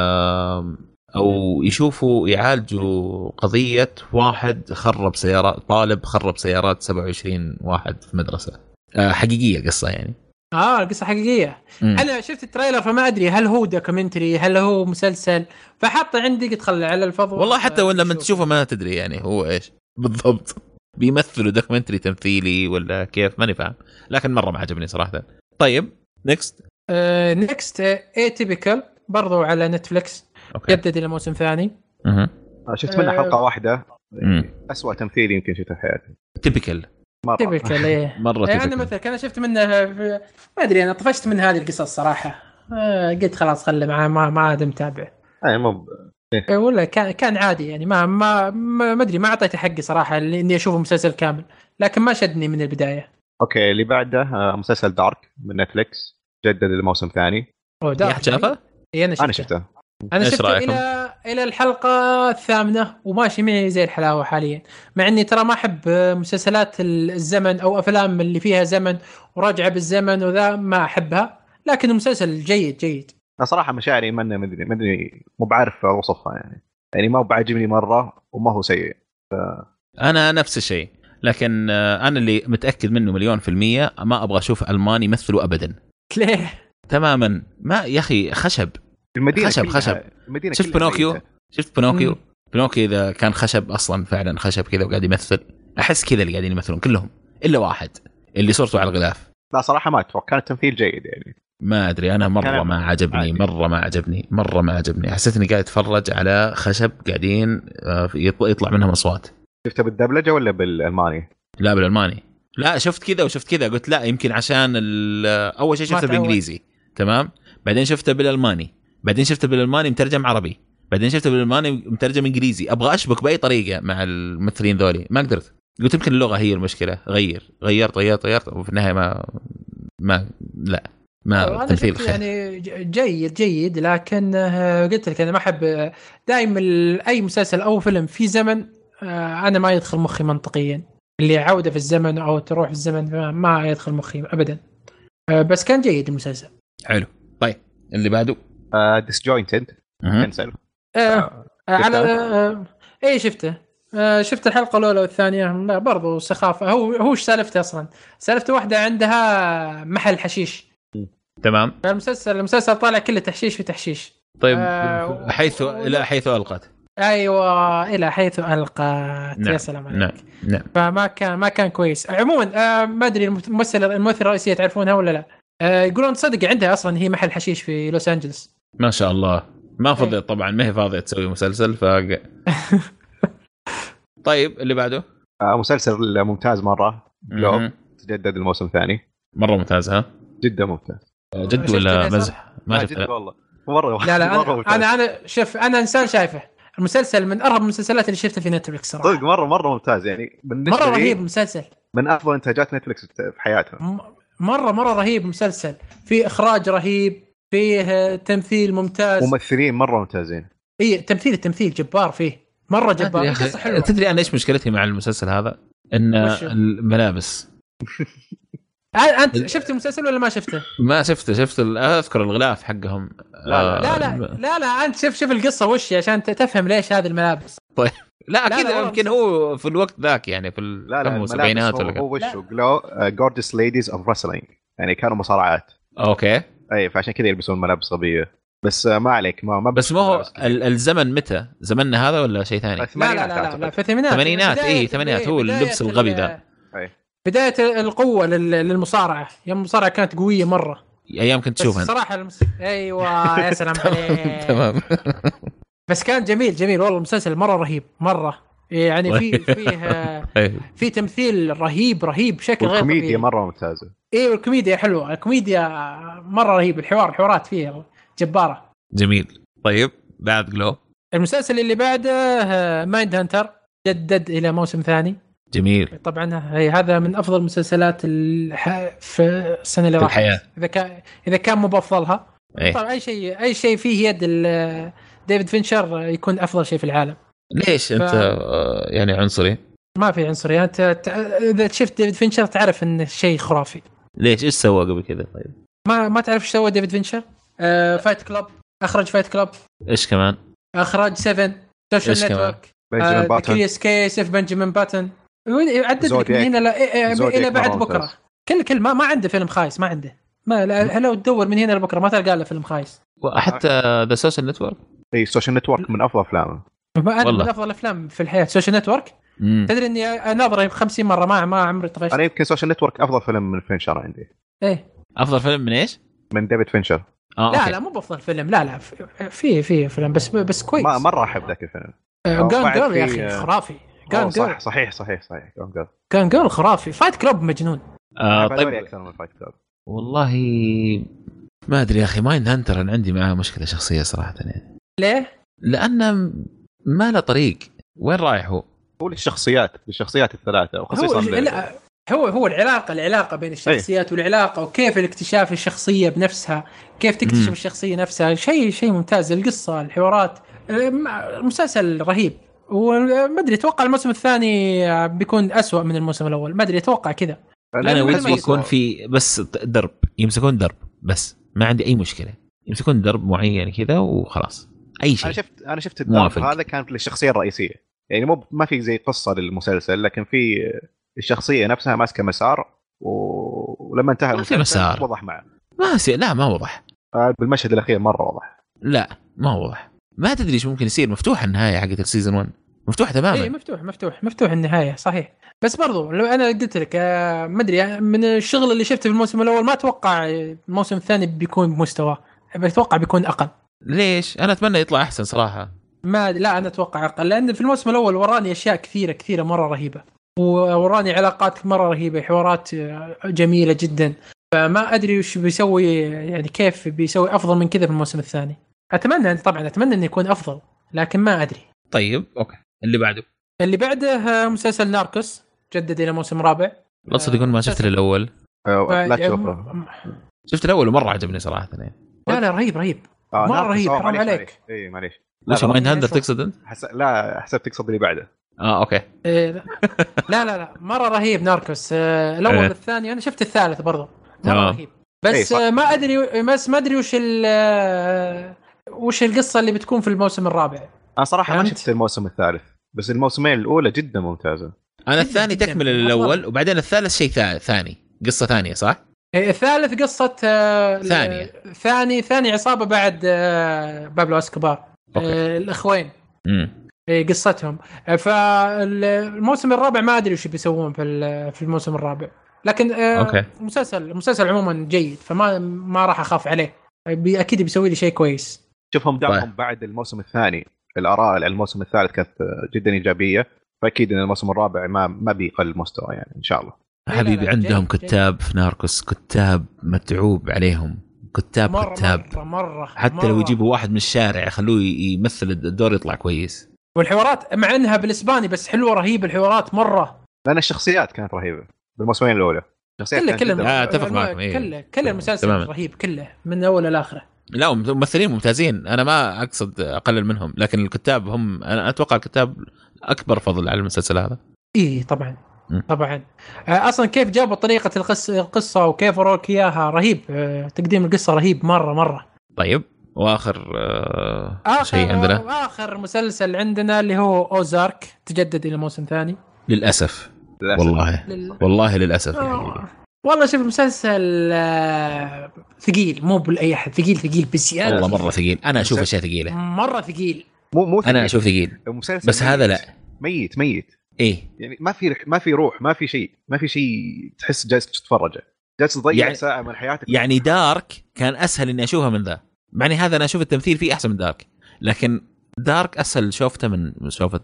او يشوفوا يعالجوا قضيه واحد خرب سيارات، طالب خرب سيارات سبعة وعشرين واحد في مدرسه حقيقيه قصه يعني. اه القصه حقيقيه. مم. انا شفت التريلر فما ادري هل هو دوكيومنتري هل هو مسلسل، فحاطه عندي قلت خلي على الفضل. والله حتى ولا لما تشوفه ما تدري يعني هو ايش بالضبط، بيمثلوا دوكيومنتري تمثيلي ولا كيف ماني فاهم، لكن مره ما عجبني صراحه. طيب نيكست. آه نيكست ايتيبيكال برضو على نتفليكس. أوكي. يبدأ الى موسم ثاني. اها شفت منه حلقه واحده. أسوأ تمثيل يمكن شفته في حياتي. تيبيكال تيبيكال ايه مره يعني. انا مثلا كان شفت منه ما ادري انا طفشت من هذه القصص صراحه. آه قلت خلاص خلي معاه ما ما عاد متابع. اي مو إيه ولا كان كان عادي يعني. ما ما ما ادري ما اعطيته حقي صراحه اني اشوفه مسلسل كامل، لكن ما شدني من البدايه. اوكي اللي بعده مسلسل دارك من نتفليكس جدد الموسم الثاني. اوه دارك شافه؟ اي انا شفته. انا شفته انا شفته الى الى الحلقه الثامنه وماشي معي زي الحلاوه حاليا، مع اني ترى ما احب مسلسلات الزمن او افلام اللي فيها زمن وراجعه بالزمن وذا ما احبها، لكن المسلسل جيد جيد. صراحه مشاعري من مدري مدري مو بعرف اوصفها يعني يعني ما بعجبني مره وما هو سيء. ف... انا نفس الشيء، لكن انا اللي متاكد منه مليون في الميه ما ابغى اشوف الماني يمثلوا ابدا. ليه؟ تماما ما يا اخي خشب المدينة خشب خشب. المدينة شفت بنوكيو؟ شفت بنوكيو؟ بنوكيو إذا كان خشب أصلا فعلا خشب كذا وقاعد يمثل، أحس كذا اللي قاعدين يمثلون كلهم إلا واحد اللي صورته على الغلاف. لا صراحة ما أتوقع كان التمثيل جيد يعني. ما أدري أنا مرة ما عجبني عادي. مرة ما عجبني مرة ما عجبني حسيت إني قاعد أتفرج على خشب قاعدين يطلع منهم أصوات. شفته بالدبلجة ولا بالألماني؟ لا بالألماني. لا شفت كذا وشفت كذا قلت لا يمكن عشان أول شيء شفته بالإنجليزي تمام، بعدين شفته بالألماني، بعدين شفته بالألماني مترجم عربي، بعدين شفته بالألماني مترجم إنجليزي. أبغى أشبك بأي طريقة مع الممثلين ذولي ما قدرت. قلت يمكن اللغة هي المشكلة. غير غيرت غيرت غيرت وفي النهاية ما ما لا ما تمثيل خير. يعني جيد جيد لكن قلت لك أنا ما أحب دائما أي مسلسل أو فيلم في زمن أنا ما يدخل مخي منطقيا. اللي عودة في الزمن أو تروح في الزمن ما يدخل مخي أبدا. بس كان جيد المسلسل. حلو. طيب اللي بعده ديسجوينتد كنسل. على آه اي شفته. آه شفت الحلقه الاولى والثانيه برضو سخافه. هو هو ايش سالفته اصلا؟ سالفته واحده عندها محل حشيش تمام. المسلسل المسلسل طالع كله تحشيش في تحشيش. طيب آه حيث و... الى حيث القت. ايوه الى حيث القت. نعم. يا سلام عليك. نعم نعم. فما كان ما كان كويس عموما. آه ما ادري الممثل الممثله الرئيسيه تعرفونها ولا لا؟ آه يقولون صدق عندها اصلا هي محل حشيش في لوس أنجلوس. ما شاء الله. ما فضلت طبعا ما هي فاضيه تسوي مسلسل ف طيب اللي بعده آه مسلسل ممتاز مره جلوب تجدد الموسم الثاني. مره ممتاز. ها جدا ممتاز. جد ولا مزح؟ ما شفت والله مره. لا لا مرة انا انا, أنا شوف انا انسان شايفه المسلسل من ارهب المسلسلات اللي شفتها في نتفلكس صراحه. صدق مره مره ممتاز يعني مره رهيب المسلسل من افضل انتاجات نتفلكس في حياتها. مره مره رهيب مسلسل. في اخراج رهيب فيه تمثيل ممتاز ممثلين مره ممتازين. اي تمثيل التمثيل جبار فيه مره جبار. تدري انا ايش مشكلتي مع المسلسل هذا؟ ان الملابس. انت شفت المسلسل ولا ما شفته؟ ما شفته. شفت اذكر الغلاف حقهم. لا لا لا لا, لا, لا انت شوف شوف القصه وش عشان تفهم ليش هذه الملابس. طيب لا اكيد يمكن هو في الوقت ذاك يعني في السبعينات ولا هو وش جلو جوردس ليديز اوف رسلينج يعني كانوا مصارعات. اوكي اي فعشان كذا يلبسون ملابس غبيه. بس ما عليك ما, ما بس ما هو الزمن متى زمننا هذا ولا شيء ثاني؟ لا لا لا, لا, لا في الثمانينات الثمانينات. اي الثمانينات هو اللبس الغبي ذا. بدايه القوه للمصارعه، يوم المصارعه كانت قويه مره، ايام كنت تشوفها صراحه المس... ايوه يا سلام عليك. تمام. بس كان جميل جميل والله، المسلسل مره رهيب مره، يعني في فيه في تمثيل رهيب رهيب بشكل غير طبيعي، والكوميديا مره ممتازه. ايوه الكوميديا حلوه، الكوميديا مره رهيب، الحوار الحوارات فيه جباره. جميل. طيب بعد جلو المسلسل اللي بعده مايند هانتر، جدد الى موسم ثاني. جميل. طبعا هذا من افضل المسلسلات الح... في السنه اللي راحت، اذا كان اذا كان مو بافضلها. أيه. طبعا اي شيء اي شيء فيه يد ديفيد فينشر يكون افضل شيء في العالم. ليش انت ف... يعني عنصري؟ ما في عنصريه، انت اذا شفت ديفيد فينشر تعرف ان الشيء خرافي. ليش ايش سوى قبل كذا؟ طيب ما ما تعرف ايش سوى ديفيد فينشر؟ آه فايت كلاب، اخرج فايت كلاب. ايش كمان؟ اخرج سفن، سوشيال نتورك، بنجامين كريس كيس في بنجامين باتن، عدد لك من هنا لا الى بعد بكره. كل كل ما ما عنده فيلم خايس، ما عنده، ما لو تدور من هنا لبكره ما تلقى له فيلم خايس. وحتى ذا سوشيال نتورك، اي سوشيال نتورك من افضل افلامه، من افضل الافلام في الحياه سوشيال نتورك. مم. تدري اني ناظره خمسين مره ما ما عمري طفشت. انا يمكن سوشيال نتورك افضل فيلم من فينشر عندي. ايه افضل فيلم من ايش؟ من ديفيد فينشر. آه، لا أوكي. لا مو بافضل فيلم، لا لا في في فيلم بس بس كويس. ما مره احب ذاك الفيلم. جان جيرل يا اخي خرافي. جان جيرل صح صحيح صحيح صحيح جان جيرل جان جيرل خرافي. فايت كلوب مجنون. آه طيب اكثر من فايت كلوب والله ما ادري يا اخي. مايند هانتر انا عندي معاه مشكله شخصيه صراحه يعني. ليه؟ لانه ما له طريق، وين رايح هو؟ هو الشخصيات الشخصيات الثلاثه وخصوصا هو لا هو هو العلاقه العلاقه بين الشخصيات أيه. والعلاقه وكيف الاكتشاف الشخصيه بنفسها، كيف تكتشف م. الشخصيه نفسها، شيء شيء ممتاز. القصه الحوارات المسلسل رهيب. وما ادري اتوقع الموسم الثاني بيكون أسوأ من الموسم الاول، ما ادري اتوقع كذا. انا ودي يكون في بس درب، يمسكون درب بس، ما عندي اي مشكله، يمسكون درب معين كذا وخلاص. اي شيء. انا شفت انا شفت الدرب هذا كان للشخصيه الرئيسيه، يعني مو ما في زي قصه للمسلسل، لكن في الشخصيه نفسها ماسكه مسار، ولما انتهى المسلسل وضح معه. ما سي... لا ما وضح بالمشهد الاخير مره وضح. لا ما وضح. ما تدري ايش ممكن يصير. مفتوح النهايه حقت السيزون واحد، مفتوح تماما. اي مفتوح مفتوح مفتوح النهايه صحيح. بس برضو لو انا قلت لك ما ادري من الشغل اللي شفته في الموسم الاول ما اتوقع الموسم الثاني بيكون بمستوى، بتوقع بيكون اقل. ليش؟ انا اتمنى يطلع احسن صراحه. ما لا انا اتوقع اقل، لان في الموسم الاول وراني اشياء كثيره كثيره مره رهيبه، ووراني علاقات مره رهيبه، حوارات جميله جدا. فما ادري وش بيسوي، يعني كيف بيسوي افضل من كذا في الموسم الثاني. اتمنى طبعا اتمنى انه يكون افضل، لكن ما ادري. طيب اوكي اللي بعده اللي بعده مسلسل ناركوس، جدد الى موسم رابع. لا صدقون ما شفت الاول. لا تشوفه. شفت الاول ومره عجبني صراحه يعني. لا لا رهيب رهيب آه مره رهيب. حرام عليك. اي معليش. ليش مايند هانتر تقصد انت؟ حس... لا حسب تقصد اللي بعده. اه اوكي. إيه لا. لا لا لا مره رهيب ناركوس. آه الاول إيه. الثاني انا شفت الثالث برضه مره تمام. رهيب. بس إيه ما ادري بس ما ادري وش ال وش القصه اللي بتكون في الموسم الرابع. انا صراحه ما شفت الموسم الثالث، بس الموسمين الاولى جدا ممتازه. انا الثاني تكمل الاول، وبعدين الثالث شيء ثاني، قصه ثانية صح؟ الثالث قصة ثانية ثاني ثاني عصابة بعد بابلو اسكوبار. الأخوين امم قصتهم. فالموسم الرابع ما أدري وش بيسوون في في الموسم الرابع، لكن أوكي. المسلسل المسلسل عموما جيد، فما ما راح أخاف عليه، أكيد بيسوي لي شيء كويس. شوفهم دعمهم بعد الموسم الثاني، الآراء على الموسم الثالث كانت جدا إيجابية، فأكيد إن الموسم الرابع ما ما بيقل المستوى يعني إن شاء الله. حبيبي عندهم كتاب في ناركوس، كتاب متعوب عليهم، كتاب مرة كتاب مرة مرة حتى مرة. لو يجيبوا واحد من الشارع يخلوه يمثل الدور يطلع كويس. والحوارات مع انها بالاسباني بس حلوه رهيب الحوارات مره، لان الشخصيات كانت رهيبه بالموسمين الاولى. كله كله آه اتفق معكم. إيه. كله كله المسلسل رهيب كله من اول لاخره. لا ممثلين ممتازين، انا ما اقصد اقلل منهم، لكن الكتاب هم انا اتوقع الكتاب اكبر فضل على المسلسل هذا. ايه طبعا طبعا. اصلا كيف جابوا طريقه القصه القصه وكيف وروك اياها رهيب. تقديم القصه رهيب مره مره. طيب واخر آه آخر شيء عندنا، اخر مسلسل عندنا اللي هو اوزارك، تجدد الى موسم ثاني للاسف, للأسف. والله لل... والله للاسف آه. والله شوف المسلسل آه ثقيل، مو باي احد، ثقيل ثقيل بزياده والله مره ثقيل. انا اشوف اشياء ثقيله مره ثقيل. مو مو انا اشوف ثقيل بس هذا لا ميت ميت ايه يعني ما في ما في روح، ما في شيء، ما في شيء تحس جالس تتفرجه، جالس تضيع يعني ساعه من حياتك. يعني دارك كان اسهل اني اشوفها من ذا، معني هذا انا اشوف التمثيل فيه احسن من دارك، لكن دارك اسهل شوفته من شوفة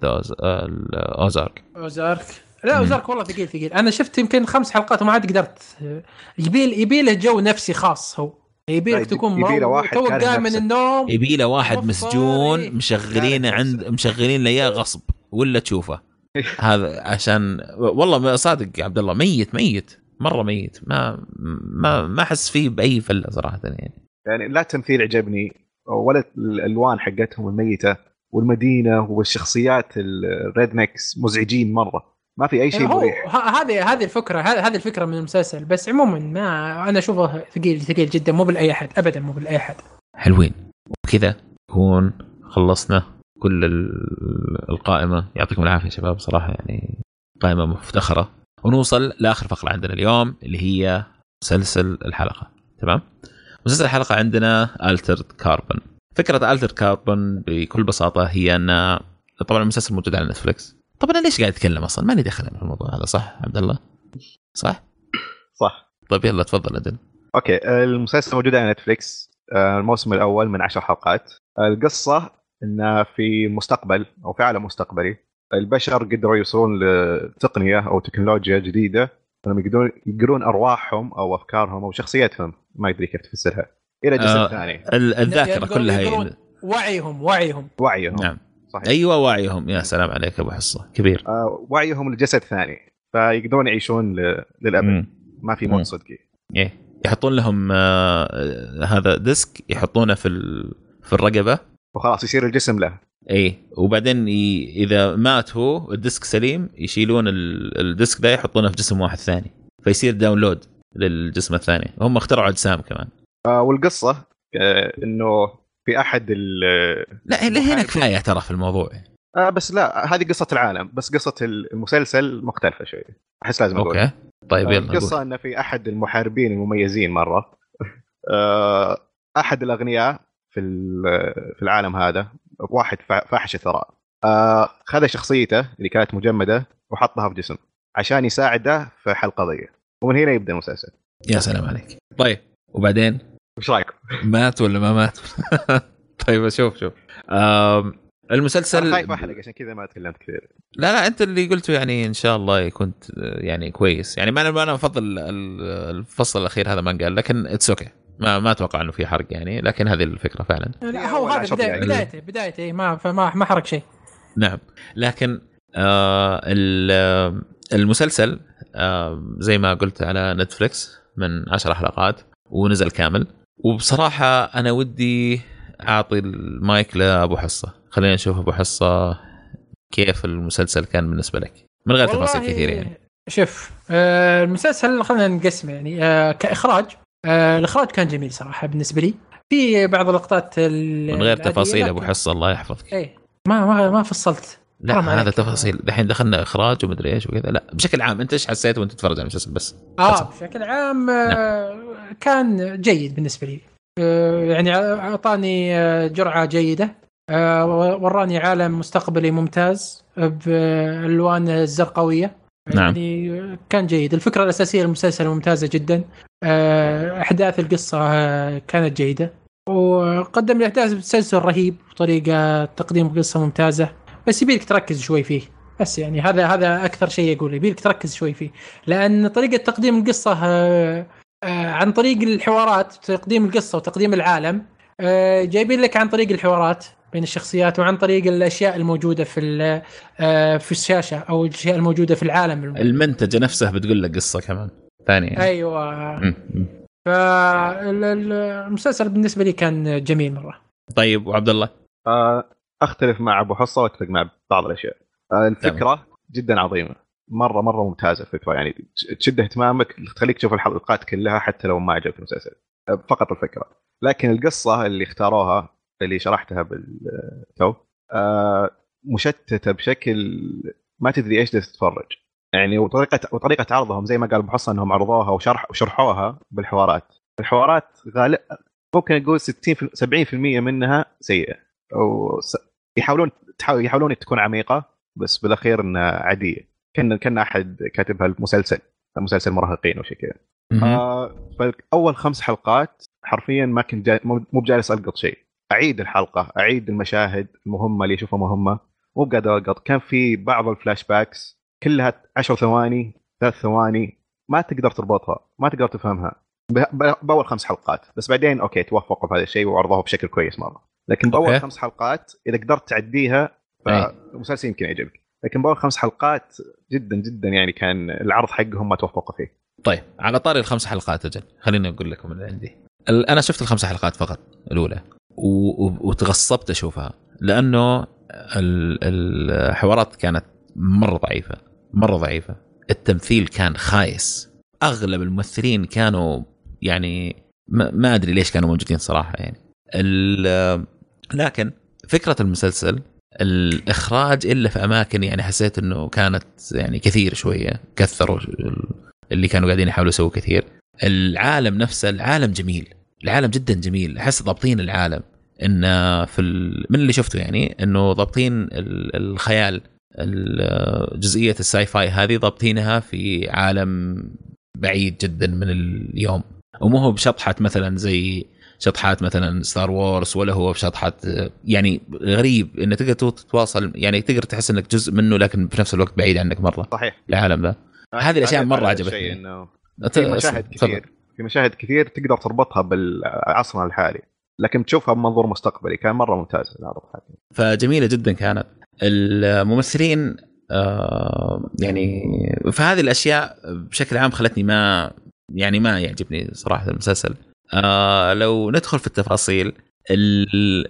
اوزارك. اوزارك لا اوزارك والله ثقيل ثقيل. انا شفت يمكن خمس حلقات وما عاد قدرت. يبيل يبيله جو نفسي خاص، هو يبيلك تكون توك قام من النوم، يبيله واحد مسجون إيه؟ مشغلين عند مشغلين لياه غصب ولا تشوفه. هذا عشان والله صادق عبد الله ميت ميت مره ميت، ما ما ما احس فيه باي فله صراحه يعني. يعني لا تمثيل عجبني ولا الالوان حقتهم الميته، والمدينه والشخصيات الريد ميكس مزعجين مره، ما في اي شيء مريح. هذه هذه الفكره هذه الفكره من المسلسل. بس عموما ما انا اشوفه ثقيل ثقيل جدا، مو بالاي احد ابدا، مو بالاي احد. حلوين وكذا نكون خلصنا كل القائمه. يعطيكم العافيه شباب صراحه، يعني قائمه مفتخره. ونوصل لاخر فقره عندنا اليوم اللي هي مسلسل الحلقه. تمام، مسلسل الحلقه عندنا Altered Carbon. فكره Altered Carbon بكل بساطه هي ان طبعا المسلسل موجود على نتفليكس. طبعا ليش قاعد اتكلم اصلا، ماني دخل في الموضوع هذا، صح عبد الله؟ صح صح. طيب يلا تفضل عدل. اوكي، المسلسل موجود على نتفليكس، الموسم الاول من عشر حلقات. القصه ان في مستقبل او في عالم مستقبلي البشر قدروا يوصلون لتقنيه او تكنولوجيا جديده انهم يقدرون يقرون ارواحهم او افكارهم او شخصيتهم، ما ادري كيف تفسرها، الى جسد آه ثاني. الذاكره كلها هي وعيهم وعيهم وعيهم نعم صحيح. ايوه وعيهم. يا سلام عليك ابو حصه كبير. آه وعيهم لجسد ثاني، فيقدرون يعيشون ل... للابد. مم. ما في موت صدقي. ايه يحطون لهم آه هذا ديسك يحطونه في ال... في الرقبه وخلاص يصير الجسم له. ايه وبعدين ي... اذا مات هو الديسك سليم يشيلون ال... الديسك ده يحطونه في جسم واحد ثاني، فيصير داونلود للجسم الثاني. هم اخترعوا اجسام كمان. آه والقصه آه انه في احد ال لا هنا كفايه ترى في الموضوع. آه بس لا، هذه قصه العالم، بس قصه المسلسل مختلفه شوي، احس لازم اقول. اوكي طيب يلا. القصه ان في احد المحاربين المميزين مره، آه احد الاغنياء في في العالم هذا، واحد فاحش الثراء، آه خذ شخصيته اللي كانت مجمده وحطها في جسم عشان يساعده في حل قضيه، ومن هنا يبدا المسلسل. يا سلام عليك. طيب وبعدين وش رايكم؟ مات ولا ما مات؟ طيب شوف شوف آه المسلسل خايف احرق عشان كذا ما تكلمت كثير. لا لا انت اللي قلته يعني ان شاء الله يكون يعني كويس. يعني ما انا انا افضل الفصل الاخير هذا ما قال، لكن اتس اوكي. ما ما اتوقع انه في حرق يعني، لكن هذه الفكره فعلا. لا هو هذا بدايته بدايته بدايته ما فما ما حرق شيء. نعم لكن آه المسلسل آه زي ما قلت على نتفليكس من عشر حلقات ونزل كامل. وبصراحه انا ودي اعطي المايك لابو حصه، خلينا نشوف ابو حصه كيف المسلسل كان بالنسبه لك من غير تفاصيل كثير. يعني شوف آه المسلسل خلينا نقسمه يعني آه كاخراج. آه الاخراج كان جميل صراحه بالنسبه لي، في بعض اللقطات من غير تفاصيل ابو حصه الله يحفظك. ايه ما ما ما فصلت. لا هذا تفاصيل دحين دخلنا اخراج ومدري ايش وكذا. لا بشكل عام انت ايش حسيت وانت تتفرج على المسلسل بس؟ اه بشكل عام آه كان جيد بالنسبه لي. آه يعني اعطاني جرعه جيده، آه وراني عالم مستقبلي ممتاز بالالوان الزرقاويه. نعم. يعني كان جيد. الفكره الاساسيه للمسلسل ممتازه جدا. آه احداث القصه آه كانت جيده، وقدم الاحداث بتسلسل رهيب وطريقه تقديم قصه ممتازه. بس يبيلك تركز شوي فيه بس، يعني هذا هذا اكثر شيء اقول، يبيلك تركز شوي فيه، لان طريقه تقديم القصه آه آه عن طريق الحوارات، تقديم القصه وتقديم العالم آه جايبين لك عن طريق الحوارات بين الشخصيات وعن طريق الاشياء الموجوده في آه في الشاشه او الاشياء الموجوده في العالم. المنتج نفسه بتقول لك قصه كمان ثانيه يعني. ايوه. فالمسلسل بالنسبه لي كان جميل مره. طيب وعبد الله؟ آه اختلف مع ابو حصه واتفق مع بعض الاشياء. آه الفكره تمام. جدا عظيمه، مره مره ممتازه الفكره، يعني تشد اهتمامك تخليك تشوف الحلقات كلها حتى لو ما عجبك المسلسل، فقط الفكره. لكن القصه اللي اختاروها اللي شرحتها بالتو آه مشتته بشكل ما تدري ايش تتفرج يعني. وطريقه وطريقه عرضهم زي ما قال ابو حصه انهم عرضوها وشرح وشرحوها بالحوارات. الحوارات غالب ممكن نقول ستين سبعين بالمئة منها سيئه، او يحاولون يحاولون تكون عميقه بس بالاخير انها عاديه، كان كان احد كاتبها المسلسل مسلسل مراهقين وشي كذا. آه فاول خمس حلقات حرفيا ما كنت جا... مو بجالس القط شيء، اعيد الحلقه اعيد المشاهد المهمه اللي اشوفها مهمه، مو قادر القط. كان في بعض الفلاش باكس كلها عشر ثواني ثلاث ثواني ما تقدر تربطها ما تقدر تفهمها باول خمس حلقات، بس بعدين اوكي توفقوا في هذا الشيء وعرضوه بشكل كويس مره. لكن باول أوكي. خمس حلقات اذا قدرت تعديها فالمسلسل يمكن يعجبك، لكن باول خمس حلقات جدا جدا يعني كان العرض حقهم ما توفقوا فيه. طيب على طاري الخمس حلقات اجل خليني اقول لكم اللي عندي. انا شفت الخمس حلقات فقط الاولى وتغصبت اشوفها لانه الحوارات كانت مره ضعيفه مره ضعيفه، التمثيل كان خايس، اغلب الممثلين كانوا يعني ما, ما ادري ليش كانوا موجودين صراحه يعني. لكن فكره المسلسل الاخراج الا في اماكن يعني حسيت انه كانت يعني كثير شويه، كثروا اللي كانوا قاعدين يحاولوا يسووا كثير. العالم نفسه العالم جميل، العالم جدا جميل، احس ضابطين العالم ان في من اللي شفته يعني انه ضابطين الخيال، الجزئيه الساي فاي هذه ضابطينها في عالم بعيد جدا من اليوم، ومو هو بشطحه مثلا زي شطحات مثلا ستار وورز، ولا هو بشطحات يعني غريب انك تقدر تتواصل يعني تقدر تحس انك جزء منه لكن في نفس الوقت بعيد عنك مره. صحيح العالم ده هذه الاشياء مره عجبتني. انه في مشاهد كثير في مشاهد كثير تقدر تربطها بالعصر الحالي لكن تشوفها بمنظور مستقبلي، كان مره ممتاز العرض حقه، فجميله جدا كانت. الممثلين آه يعني فهذه الاشياء بشكل عام خلتني ما يعني ما يعجبني صراحه المسلسل. آه لو ندخل في التفاصيل ال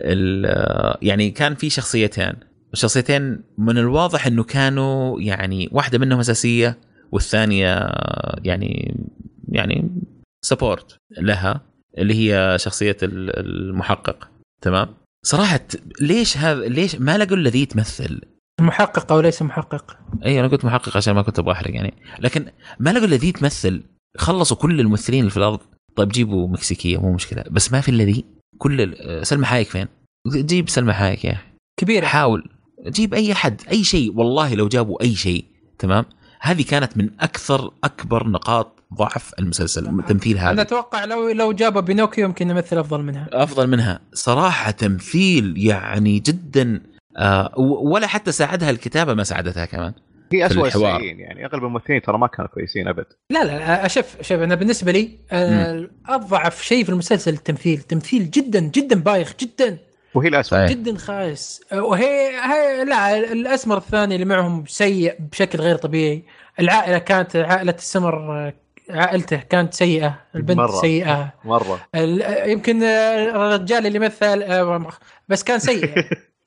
ال يعني كان في شخصيتين الشخصيتين من الواضح انه كانوا يعني واحده منهم اساسيه والثانيه يعني يعني سبورت لها اللي هي شخصيه المحقق. تمام صراحه ليش هذا ليش ما لقوا الذي تمثل محقق او ليس محقق؟ اي انا قلت محقق عشان ما كنت ابغى احرق يعني، لكن ما لقوا الذي تمثل. خلصوا كل الممثلين اللي في الارض، طيب جيبوا مكسيكيه مو مشكله بس ما في الذي. كل سلمى حايك فين؟ جيب سلمى حايك يا اخي كبيره، حاول جيب اي حد اي شيء، والله لو جابوا اي شيء تمام. هذه كانت من اكثر اكبر نقاط ضعف المسلسل تمثيل هذا. انا اتوقع لو لو جابوا بينوكيو يمكن نمثل افضل منها افضل منها صراحه، تمثيل يعني جدا آه ولا حتى ساعدها الكتابه ما ساعدتها كمان. هي أسوأ السيئين يعني اغلب الممثلين ترى ما كانوا كويسين ابد. لا لا شوف شوف انا بالنسبه لي آه اضعف شيء في المسلسل التمثيل، تمثيل جدا جدا بايخ جدا وهي الأسوأ جدا خايس. وهي هي لا الاسمر الثاني اللي معهم سيء بشكل غير طبيعي. العائله كانت عائله السمر عائلته كانت سيئه، البنت مرة. سيئه مره يمكن الرجال اللي مثل بس كان سيء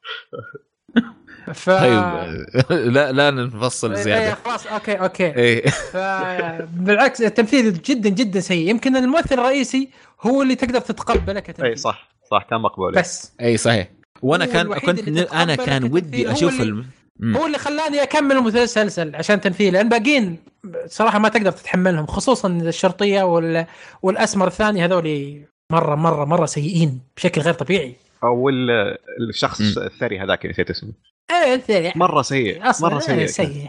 ف... طيب لا لا نفصل زياده. ايه خلاص اوكي اوكي ايه بالعكس التمثيل جدا جدا سيء. يمكن الممثل الرئيسي هو اللي تقدر تتقبله كتمثيل. اي صح صح كان مقبول بس اي صحيح. وانا كان كنت انا كان ودي اشوف هو اللي, الم... هو اللي خلاني اكمل المسلسل عشان تمثيله، لان باقين صراحه ما تقدر تتحملهم، خصوصا الشرطيه وال... والاسمر الثاني هذول مره مره مره سيئين بشكل غير طبيعي. او الشخص م. الثري هذاك نسيت اسمه. ايه الثري مره سيء مره سيء سيء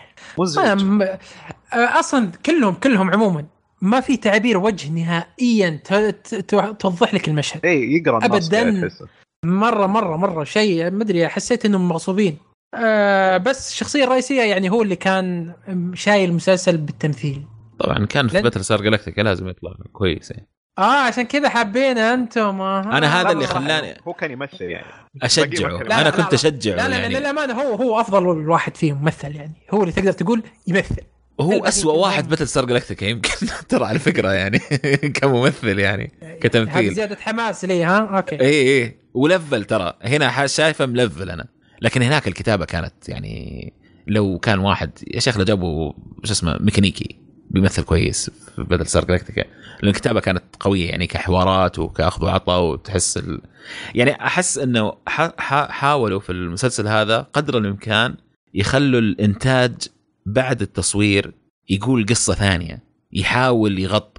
اصلا كلهم كلهم عموما ما في تعبير وجه نهائيا توضح لك المشهد. اي يقرا ابدا مره مره مره شيء ما ادري، حسيت انهم مغصوبين. آه بس الشخصيه الرئيسيه يعني هو اللي كان شايل المسلسل بالتمثيل. طبعا كان في باتل ستار جالاكتيكا لازم يطلع كويس يعني. اه عشان كذا حابين انتم. آه. انا هذا اللي خلاني هو كان يمثل يعني اشجعه. انا كنت اشجعه لا لا يعني. لا للامانه هو هو افضل واحد فيهم ممثل يعني، هو اللي تقدر تقول يمثل. وهو أسوأ واحد باتل ستار جالاكتيكا يمكن ترى على فكره يعني كممثل يعني كتمثيل. زياده حماس لي ها اوكي اي اي ولفل ترى هنا شايفه ملفل انا، لكن هناك الكتابه كانت يعني لو كان واحد يا شيخ لو جابوا شو اسمه ميكانيكي بيمثل كويس في باتل ستار جالاكتيكا، لأن الكتابة كانت قوية يعني كحوارات وكأخذ وعطاء وتحس ال... يعني أحس إنه ح... ح... حاولوا في المسلسل هذا قدر الإمكان يخلوا الإنتاج بعد التصوير يقول قصة ثانية، يحاول يغطي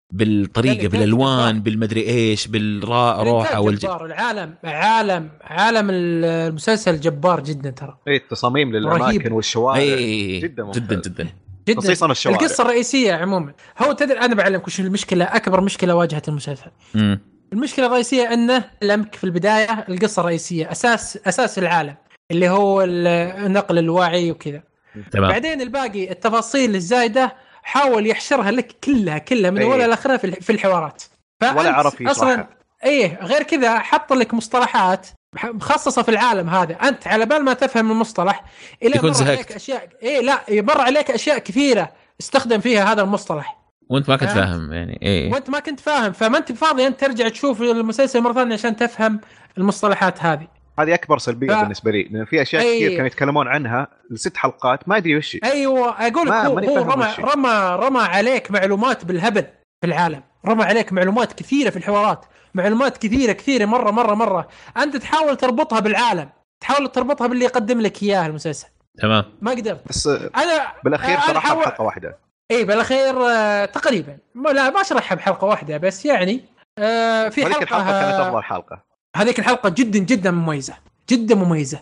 بالطريقه بالالوان بالمدري ايش بالروحه والجبار. العالم عالم عالم المسلسل جبار جدا ترى. اي التصاميم للاماكن والشوارع أي جدا ممتاز. جدا جدا جدا خصيصا الشوارع. القصه الرئيسيه عموما هو تدري انا بعلمك وش المشكله اكبر مشكله واجهت المسلسل. م. المشكله الرئيسيه انه لمك في البدايه القصه الرئيسيه اساس اساس العالم اللي هو نقل الوعي وكذا. بعدين الباقي التفاصيل الزايده حاول يحشرها لك كلها كلها من اولها لاخرها في الحوارات ولا عرف اصلا. ايه غير كذا حط لك مصطلحات مخصصه في العالم هذا انت على بال ما تفهم المصطلح الى مر عليك اشياء ايه لا يمر عليك اشياء كثيره استخدم فيها هذا المصطلح وانت ما كنت فاهم يعني ايه وانت ما كنت فاهم فما انت فاضي انت ترجع تشوف المسلسل مره ثانيه عشان تفهم المصطلحات هذه. هذه اكبر سلبيه ف... بالنسبه لي لان في اشياء أي... كثير كانوا يتكلمون عنها لست حلقات ما ادري وش. ايوه اقول لك هو, هو رمى رمى رمى عليك معلومات بالهبل في العالم رمى عليك معلومات كثيره في الحوارات معلومات كثيره كثيره مره مره مره انت تحاول تربطها بالعالم تحاول تربطها باللي يقدم لك اياه المسلسل. تمام ما قدرت بس انا بالاخير شرحها حاول... بحلقه واحده. اي بالاخير آه تقريبا لا ما شرحها بحلقه واحده بس يعني آه في حلقه الحلقه كانت افضل حلقه. هذيك الحلقه جدا جدا مميزه جدا مميزه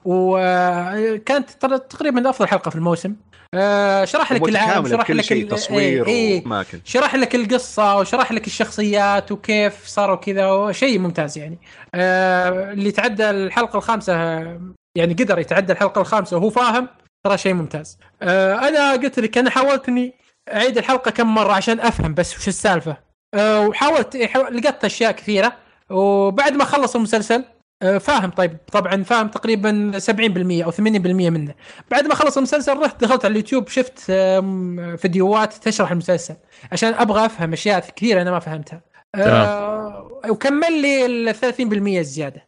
وكانت تقريبا افضل حلقه في الموسم. آه شرح لك العالم شرح لك التصوير ايه ايه شرح لك القصه وشرح لك الشخصيات وكيف صاروا كذا شيء ممتاز يعني. آه اللي تعدى الحلقه الخامسه يعني قدر يتعدى الحلقه الخامسه وهو فاهم ترى شيء ممتاز. آه انا قلت لك انا حاولت اني اعيد الحلقه كم مره عشان افهم بس وش السالفه. آه وحاولت لقيت اشياء كثيره وبعد ما خلص المسلسل فاهم طيب طبعا فاهم تقريبا سبعين بالمية أو ثمانين بالمية منه. بعد ما خلص المسلسل رحت دخلت على اليوتيوب شفت فيديوهات تشرح المسلسل عشان أبغى أفهم أشياء كثيرة أنا ما فهمتها. أه وكمل لي الثلاثين بالمية الزيادة.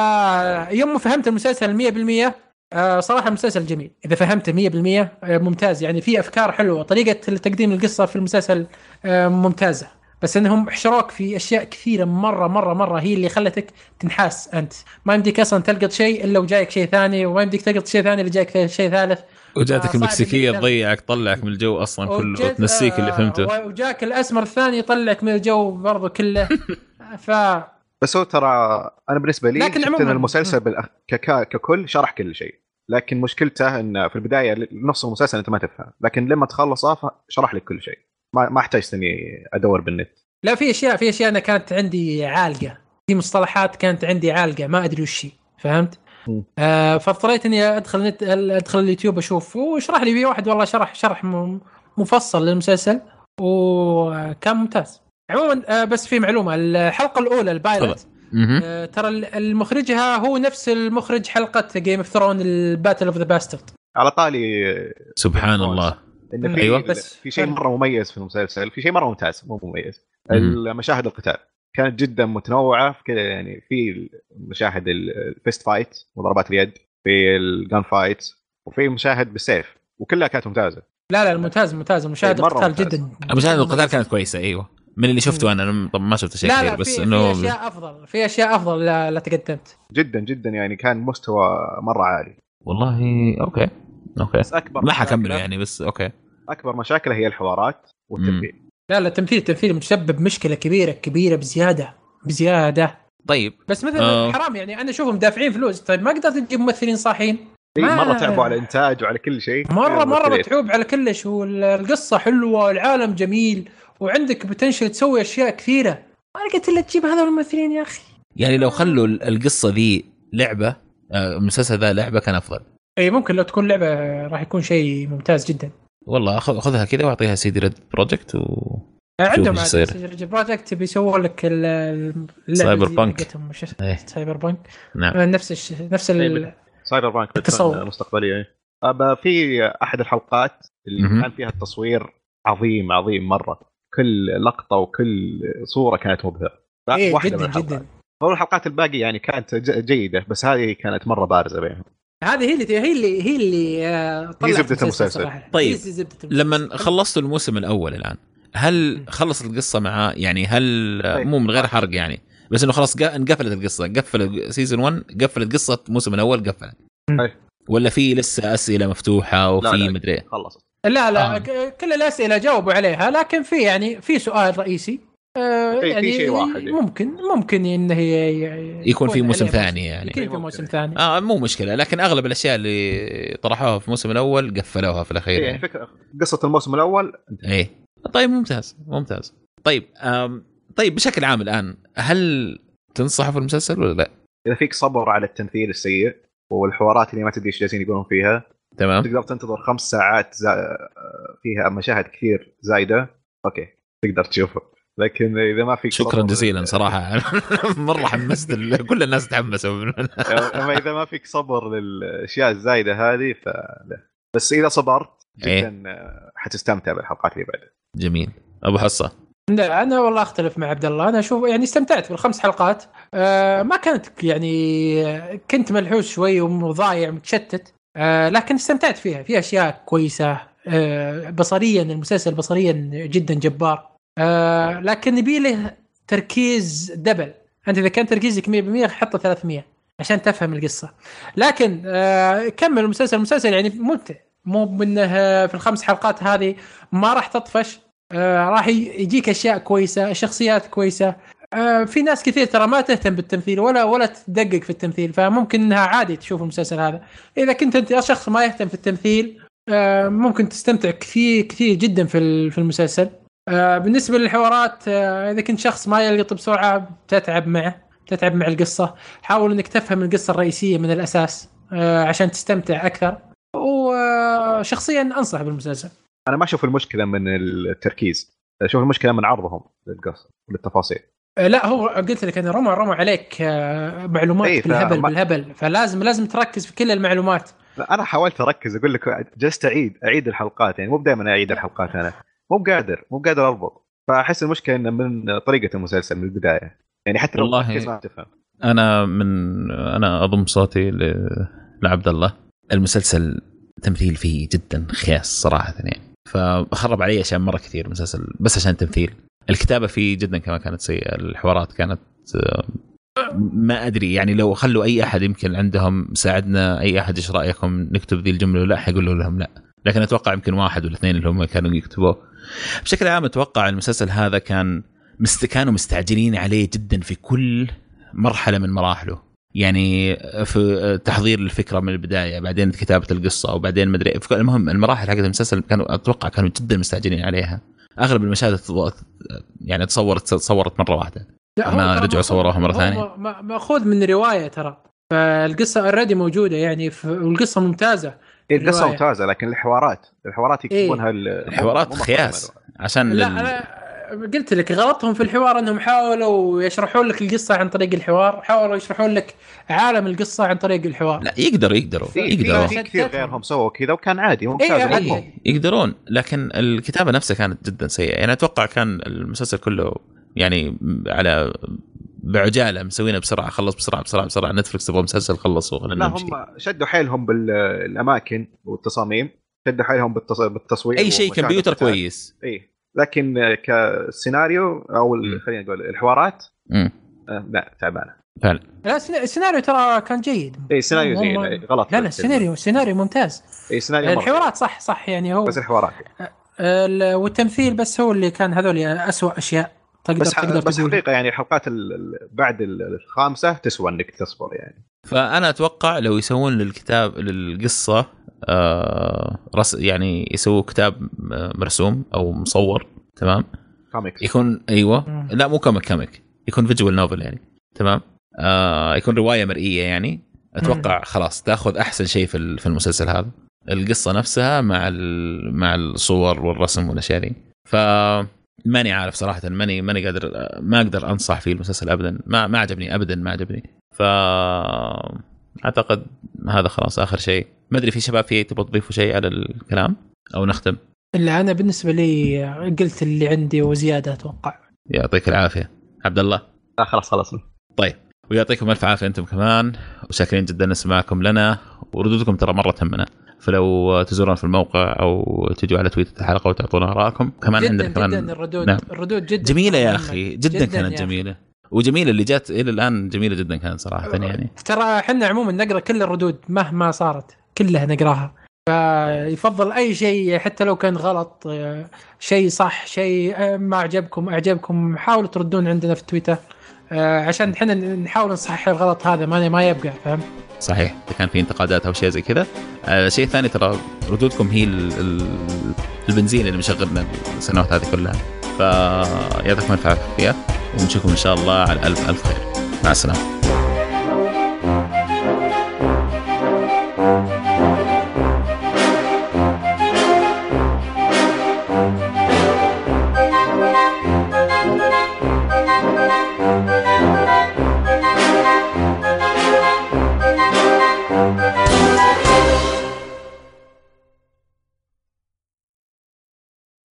فيوم فهمت المسلسل المية بالمية أه صراحة المسلسل جميل إذا فهمته مية بالمية ممتاز يعني في أفكار حلوة طريقة تقديم القصة في المسلسل أه ممتازة بس انهم احشروك في اشياء كثيره مره مره مره هي اللي خلتك تنحاس. انت ما يمديك اصلا تلقط شيء الا وجايك شيء ثاني وما يمديك تلقط شيء ثاني اللي جايك شيء ثالث وجاتك المكسيكيه تضيعك طلعك من الجو اصلا كله وتنسيك اللي فهمته وجاك الاسمر الثاني يطلعك من الجو برضو كله. ف بس هو ترى انا بالنسبه لي شفت ان المسلسل بالأخ... ك... ككل شرح كل شيء لكن مشكلته ان في البدايه نص المسلسل انت ما تفهم لكن لما تخلصه شرح لك كل شيء ما ما احتاج اني ادور بالنت. لا في اشياء في اشياء انا كانت عندي عالقه في مصطلحات كانت عندي عالقه ما ادري وش هي فهمت. آه فاضطريت اني ادخل نت ادخل اليوتيوب اشوف وشرح لي في واحد والله شرح شرح مفصل للمسلسل وكان ممتاز عموما. آه بس في معلومه الحلقه الاولى البايلوت آه ترى المخرجها هو نفس المخرج حلقه جيم اوف ثرون الباتل اوف ذا باسترد. على طالي سبحان الله إن في أيوة. بس في شيء مرة مميز في المسلسل في شيء مرة ممتاز مو مميز المشاهد القتال كانت جدا متنوعة في كذا يعني في مشاهد الفيست فايت وضربات اليد في الجان فايت وفي مشاهد بالسيف وكلها كانت ممتازة. لا لا الممتاز ممتاز مشاهد القتال جدا مشاهد القتال كانت كويسة أيوة من اللي شفته أنا طبعا ما شفت شيء كثير بس إنه في أشياء أفضل في أشياء أفضل لا, لا تقدمت جدا جدا يعني كان مستوى مرة عالي والله. أوكي أوكي ما حكمله يعني بس أوكي. أكبر مشاكل هي الحوارات والتمثيل. لا لا التمثيل التمثيل متسبب مشكلة كبيرة كبيرة بزيادة بزيادة. طيب بس مثلا آه. حرام يعني أنا أشوفهم دافعين فلوس طيب ما قدرت تجيب ممثلين صاحين. ما... مرة تعبوا على الإنتاج وعلى كل شيء مرة مرة متعوب على كلش والقصة حلوة والعالم جميل وعندك بتنشل تسوي أشياء كثيرة أنا قلت لك تجيب هذا الممثلين يا أخي. يعني لو خلوا القصة ذي لعبة المسلسل ذا لعبة كان أفضل. أي ممكن لو تكون لعبة راح يكون شيء ممتاز جدا. والله أخذ أخذها كذا وأعطيها سيدي ريد بروجكت و عندهم سيدي ريد بروجكت بيسووا لك سايبر بانك سايبر بانك نعم نفس الش... نفس ال... سايبر بانك مستقبلية. أبا في أحد الحلقات اللي م-م. كان فيها التصوير عظيم عظيم مرة كل لقطة وكل صورة كانت مبهرة. إيه واحدة جدا جدا. هو الحلقات الباقي يعني كانت جيدة بس هذه كانت مرة بارزة بينهم. هذه هي اللي هي اللي هي اللي طلعت المسلسل. طيب لما خلصتوا الموسم الأول الآن هل خلص القصة معاه يعني هل طيب. مو من غير حرق يعني بس إنه خلاص انقفلت القصة قفلت سيزون واحد قفلت قصة الموسم الأول قفلت طيب. ولا في لسه أسئلة مفتوحة وفي مدري خلصت لا لا آه. كل الاسئله جاوبوا عليها، لكن في يعني في سؤال رئيسي آه يعني شيء واحد ممكن ممكن انه يكون في موسم ثاني يعني يكون في موسم ثاني اه مو مشكله، لكن اغلب الاشياء اللي طرحوها في الموسم الاول قفلوها في الاخير يعني فكره قصه الموسم الاول. ايه طيب ممتاز ممتاز. طيب آم طيب بشكل عام الان هل تنصح في المسلسل ولا لا؟ اذا فيك صبر على التمثيل السيء والحوارات اللي ما تدري ايش جالسين يقولون فيها، تمام، تقدر تنتظر خمس ساعات زا... فيها مشاهد كثير زايده، اوكي تقدر تشوفه. لكن اذا ما فيك شكرا جزيلا صراحه مره حمست كل الناس تحمسوا اما اذا ما فيك صبر للاشياء الزايده هذه فلا، بس اذا صبرت جدا إيه؟ حتستمتع بالحلقات اللي بعدها. جميل. ابو حصه؟ لا انا والله اختلف مع عبد الله، انا اشوف يعني استمتعت بالخمس حلقات آه ما كانت يعني كنت ملحوس شوي وضايع متشتت آه لكن استمتعت فيها، في اشياء كويسه آه بصريا المسلسل بصريا جدا جبار آه لكن نبي له تركيز دبل. انت اذا كان تركيزك مية بالمية حطه ثلاثمية عشان تفهم القصه، لكن آه كمل المسلسل. المسلسل يعني ممتع، مو منه في الخمس حلقات هذه ما راح تطفش آه راح يجيك اشياء كويسه، شخصيات كويسه آه في ناس كثير ترى ما تهتم بالتمثيل ولا ولا تدقق في التمثيل، فممكن انها عادي تشوف المسلسل هذا. اذا كنت انت شخص ما يهتم في التمثيل آه ممكن تستمتع كثير كثير جدا في في المسلسل. آه بالنسبه للحوارات آه اذا كنت شخص ما يلقط بسرعه تتعب معه تتعب مع القصه، حاول انك تفهم القصه الرئيسيه من الاساس آه عشان تستمتع اكثر. وشخصيا انصح بالمسلسل. انا ما اشوف المشكله من التركيز، اشوف المشكله من عرضهم للقصه وللتفاصيل. لا هو قلت لك انا رموا رموا عليك معلومات إيه بالهبل فما... بالهبل، فلازم لازم تركز في كل المعلومات. انا حاولت اركز، اقول لك جلست اعيد اعيد الحلقات، يعني مو دائما اعيد الحلقات، انا مو قادر مو قادر اربط. فاحس المشكله انه من طريقه المسلسل من البدايه، يعني حتى لو تركز ما تفهم. انا من انا اضم صوتي ل... لعبد الله. المسلسل تمثيل فيه جدا خياس صراحه يعني، فخرب علي اشياء مره كثير المسلسل بس عشان التمثيل. الكتابه فيه جدا كمان كانت سيئه، الحوارات كانت ما ادري يعني لو خلوا اي احد يمكن عندهم ساعدنا اي احد ايش رايكم نكتب ذي الجمله ولا حيقولوا لهم لا، لكن اتوقع يمكن واحد ولا اثنين اللي هم كانوا يكتبوه. بشكل عام اتوقع المسلسل هذا كان مست كانوا مستعجلين عليه جدا في كل مرحله من مراحله، يعني في تحضير الفكره من البدايه، بعدين كتابه القصه، وبعدين مدري. المهم المراحل حقت المسلسل كانوا اتوقع كانوا جدا مستعجلين عليها. اغلب المشاهد يعني تصورت تصورت مره واحده، ما رجعوا صوروها مره ثانيه. ماخوذ من روايه ترى، فالقصه اوريدي موجوده يعني، والقصه ممتازه. القصه ممتازه لكن الحوارات الحوارات يكتبونها إيه؟ الحوارات خياس عشان لا لل... أنا قلت لك غلطهم في الحوار انهم حاولوا يشرحون لك القصه عن طريق الحوار، حاولوا يشرحون لك عالم القصه عن طريق الحوار. لا يقدروا يقدروا يقدروا في كثير غيرهم سووا كذا وكان عادي ممتاز. إيه إيه يقدرون، لكن الكتابه نفسها كانت جدا سيئه. يعني اتوقع كان المسلسل كله يعني على بعجاله مسوينه بسرعه، خلص بسرعه بسرعه بسرعه. نتفلكس تبغى مسلسل خلصوا خلينا لا نمشي. هم شدوا حيلهم بالاماكن والتصاميم، شدوا حيلهم بالتص... بالتصوير، اي شيء كمبيوتر كويس. اي لكن كسيناريو او خلينا نقول الحوارات امم آه لا تعبانه فعلا. لا السيناريو ترى كان جيد. اي سيناريو زين غلط. لا لا السيناريو سيناريو ممتاز. اي سيناريو الحوارات صح صح يعني هو بس الحوارات والتمثيل بس هو اللي كان هذول أسوأ اشياء تقدر بس تقدر بس حقيقه يعني الحلقات بعد الخامسه تسوى انك تصبر يعني. فانا اتوقع لو يسوون للكتاب للقصه آه رس يعني يسووا كتاب مرسوم او مصور تمام كوميكس يكون ايوه مم. لا مو كوميك كوميك يكون فيجوال نوفل يعني تمام آه يكون روايه مرئيه يعني. اتوقع مم. خلاص تاخذ احسن شيء في في المسلسل هذا، القصه نفسها مع مع الصور والرسم والاشياء دي. ف ماني عارف صراحه، ماني ماني قادر ما اقدر انصح فيه المسلسل ابدا، ما ما عجبني ابدا ما عجبني. ف اعتقد هذا خلاص اخر شيء. ما ادري في شباب في تبغى تضيفوا شيء على الكلام او نختم؟ اللي انا بالنسبه لي قلت اللي عندي وزياده اتوقع. يعطيك العافيه عبد الله. آه خلاص خلصنا. طيب ويعطيكم الف عافيه انتم كمان، وشاكرين جدا نسمعكم لنا، وردودكم ترى مره تهمنا. فلو تزورون في الموقع او تجوا على تويتر الحلقه وتعطونا اراءكم. كمان جداً عندنا كمان جداً الردود نعم. الردود جدا جميله يا اخي جدا, جداً كانت يا جميله أخي. وجميله اللي جات الى الان جميله جدا كانت صراحه يعني. ترى احنا عموما نقرا كل الردود مهما صارت كلها نقراها فيفضل اي شيء حتى لو كان غلط، شيء صح شيء ما عجبكم اعجبكم حاولوا تردون عندنا في تويتر عشان احنا نحاول نصحح الغلط هذا ما ما يبقى. فهم؟ صحيح. اذا كان في انتقادات او شيء زي كذا. آه شيء ثاني ترى ردودكم هي ال ال البنزين اللي مشغلنا السنوات هذه كلها، فيعطيكم الف عافيه ونشوفكم ان شاء الله على الف الف خير. مع السلامه. We'll be right back.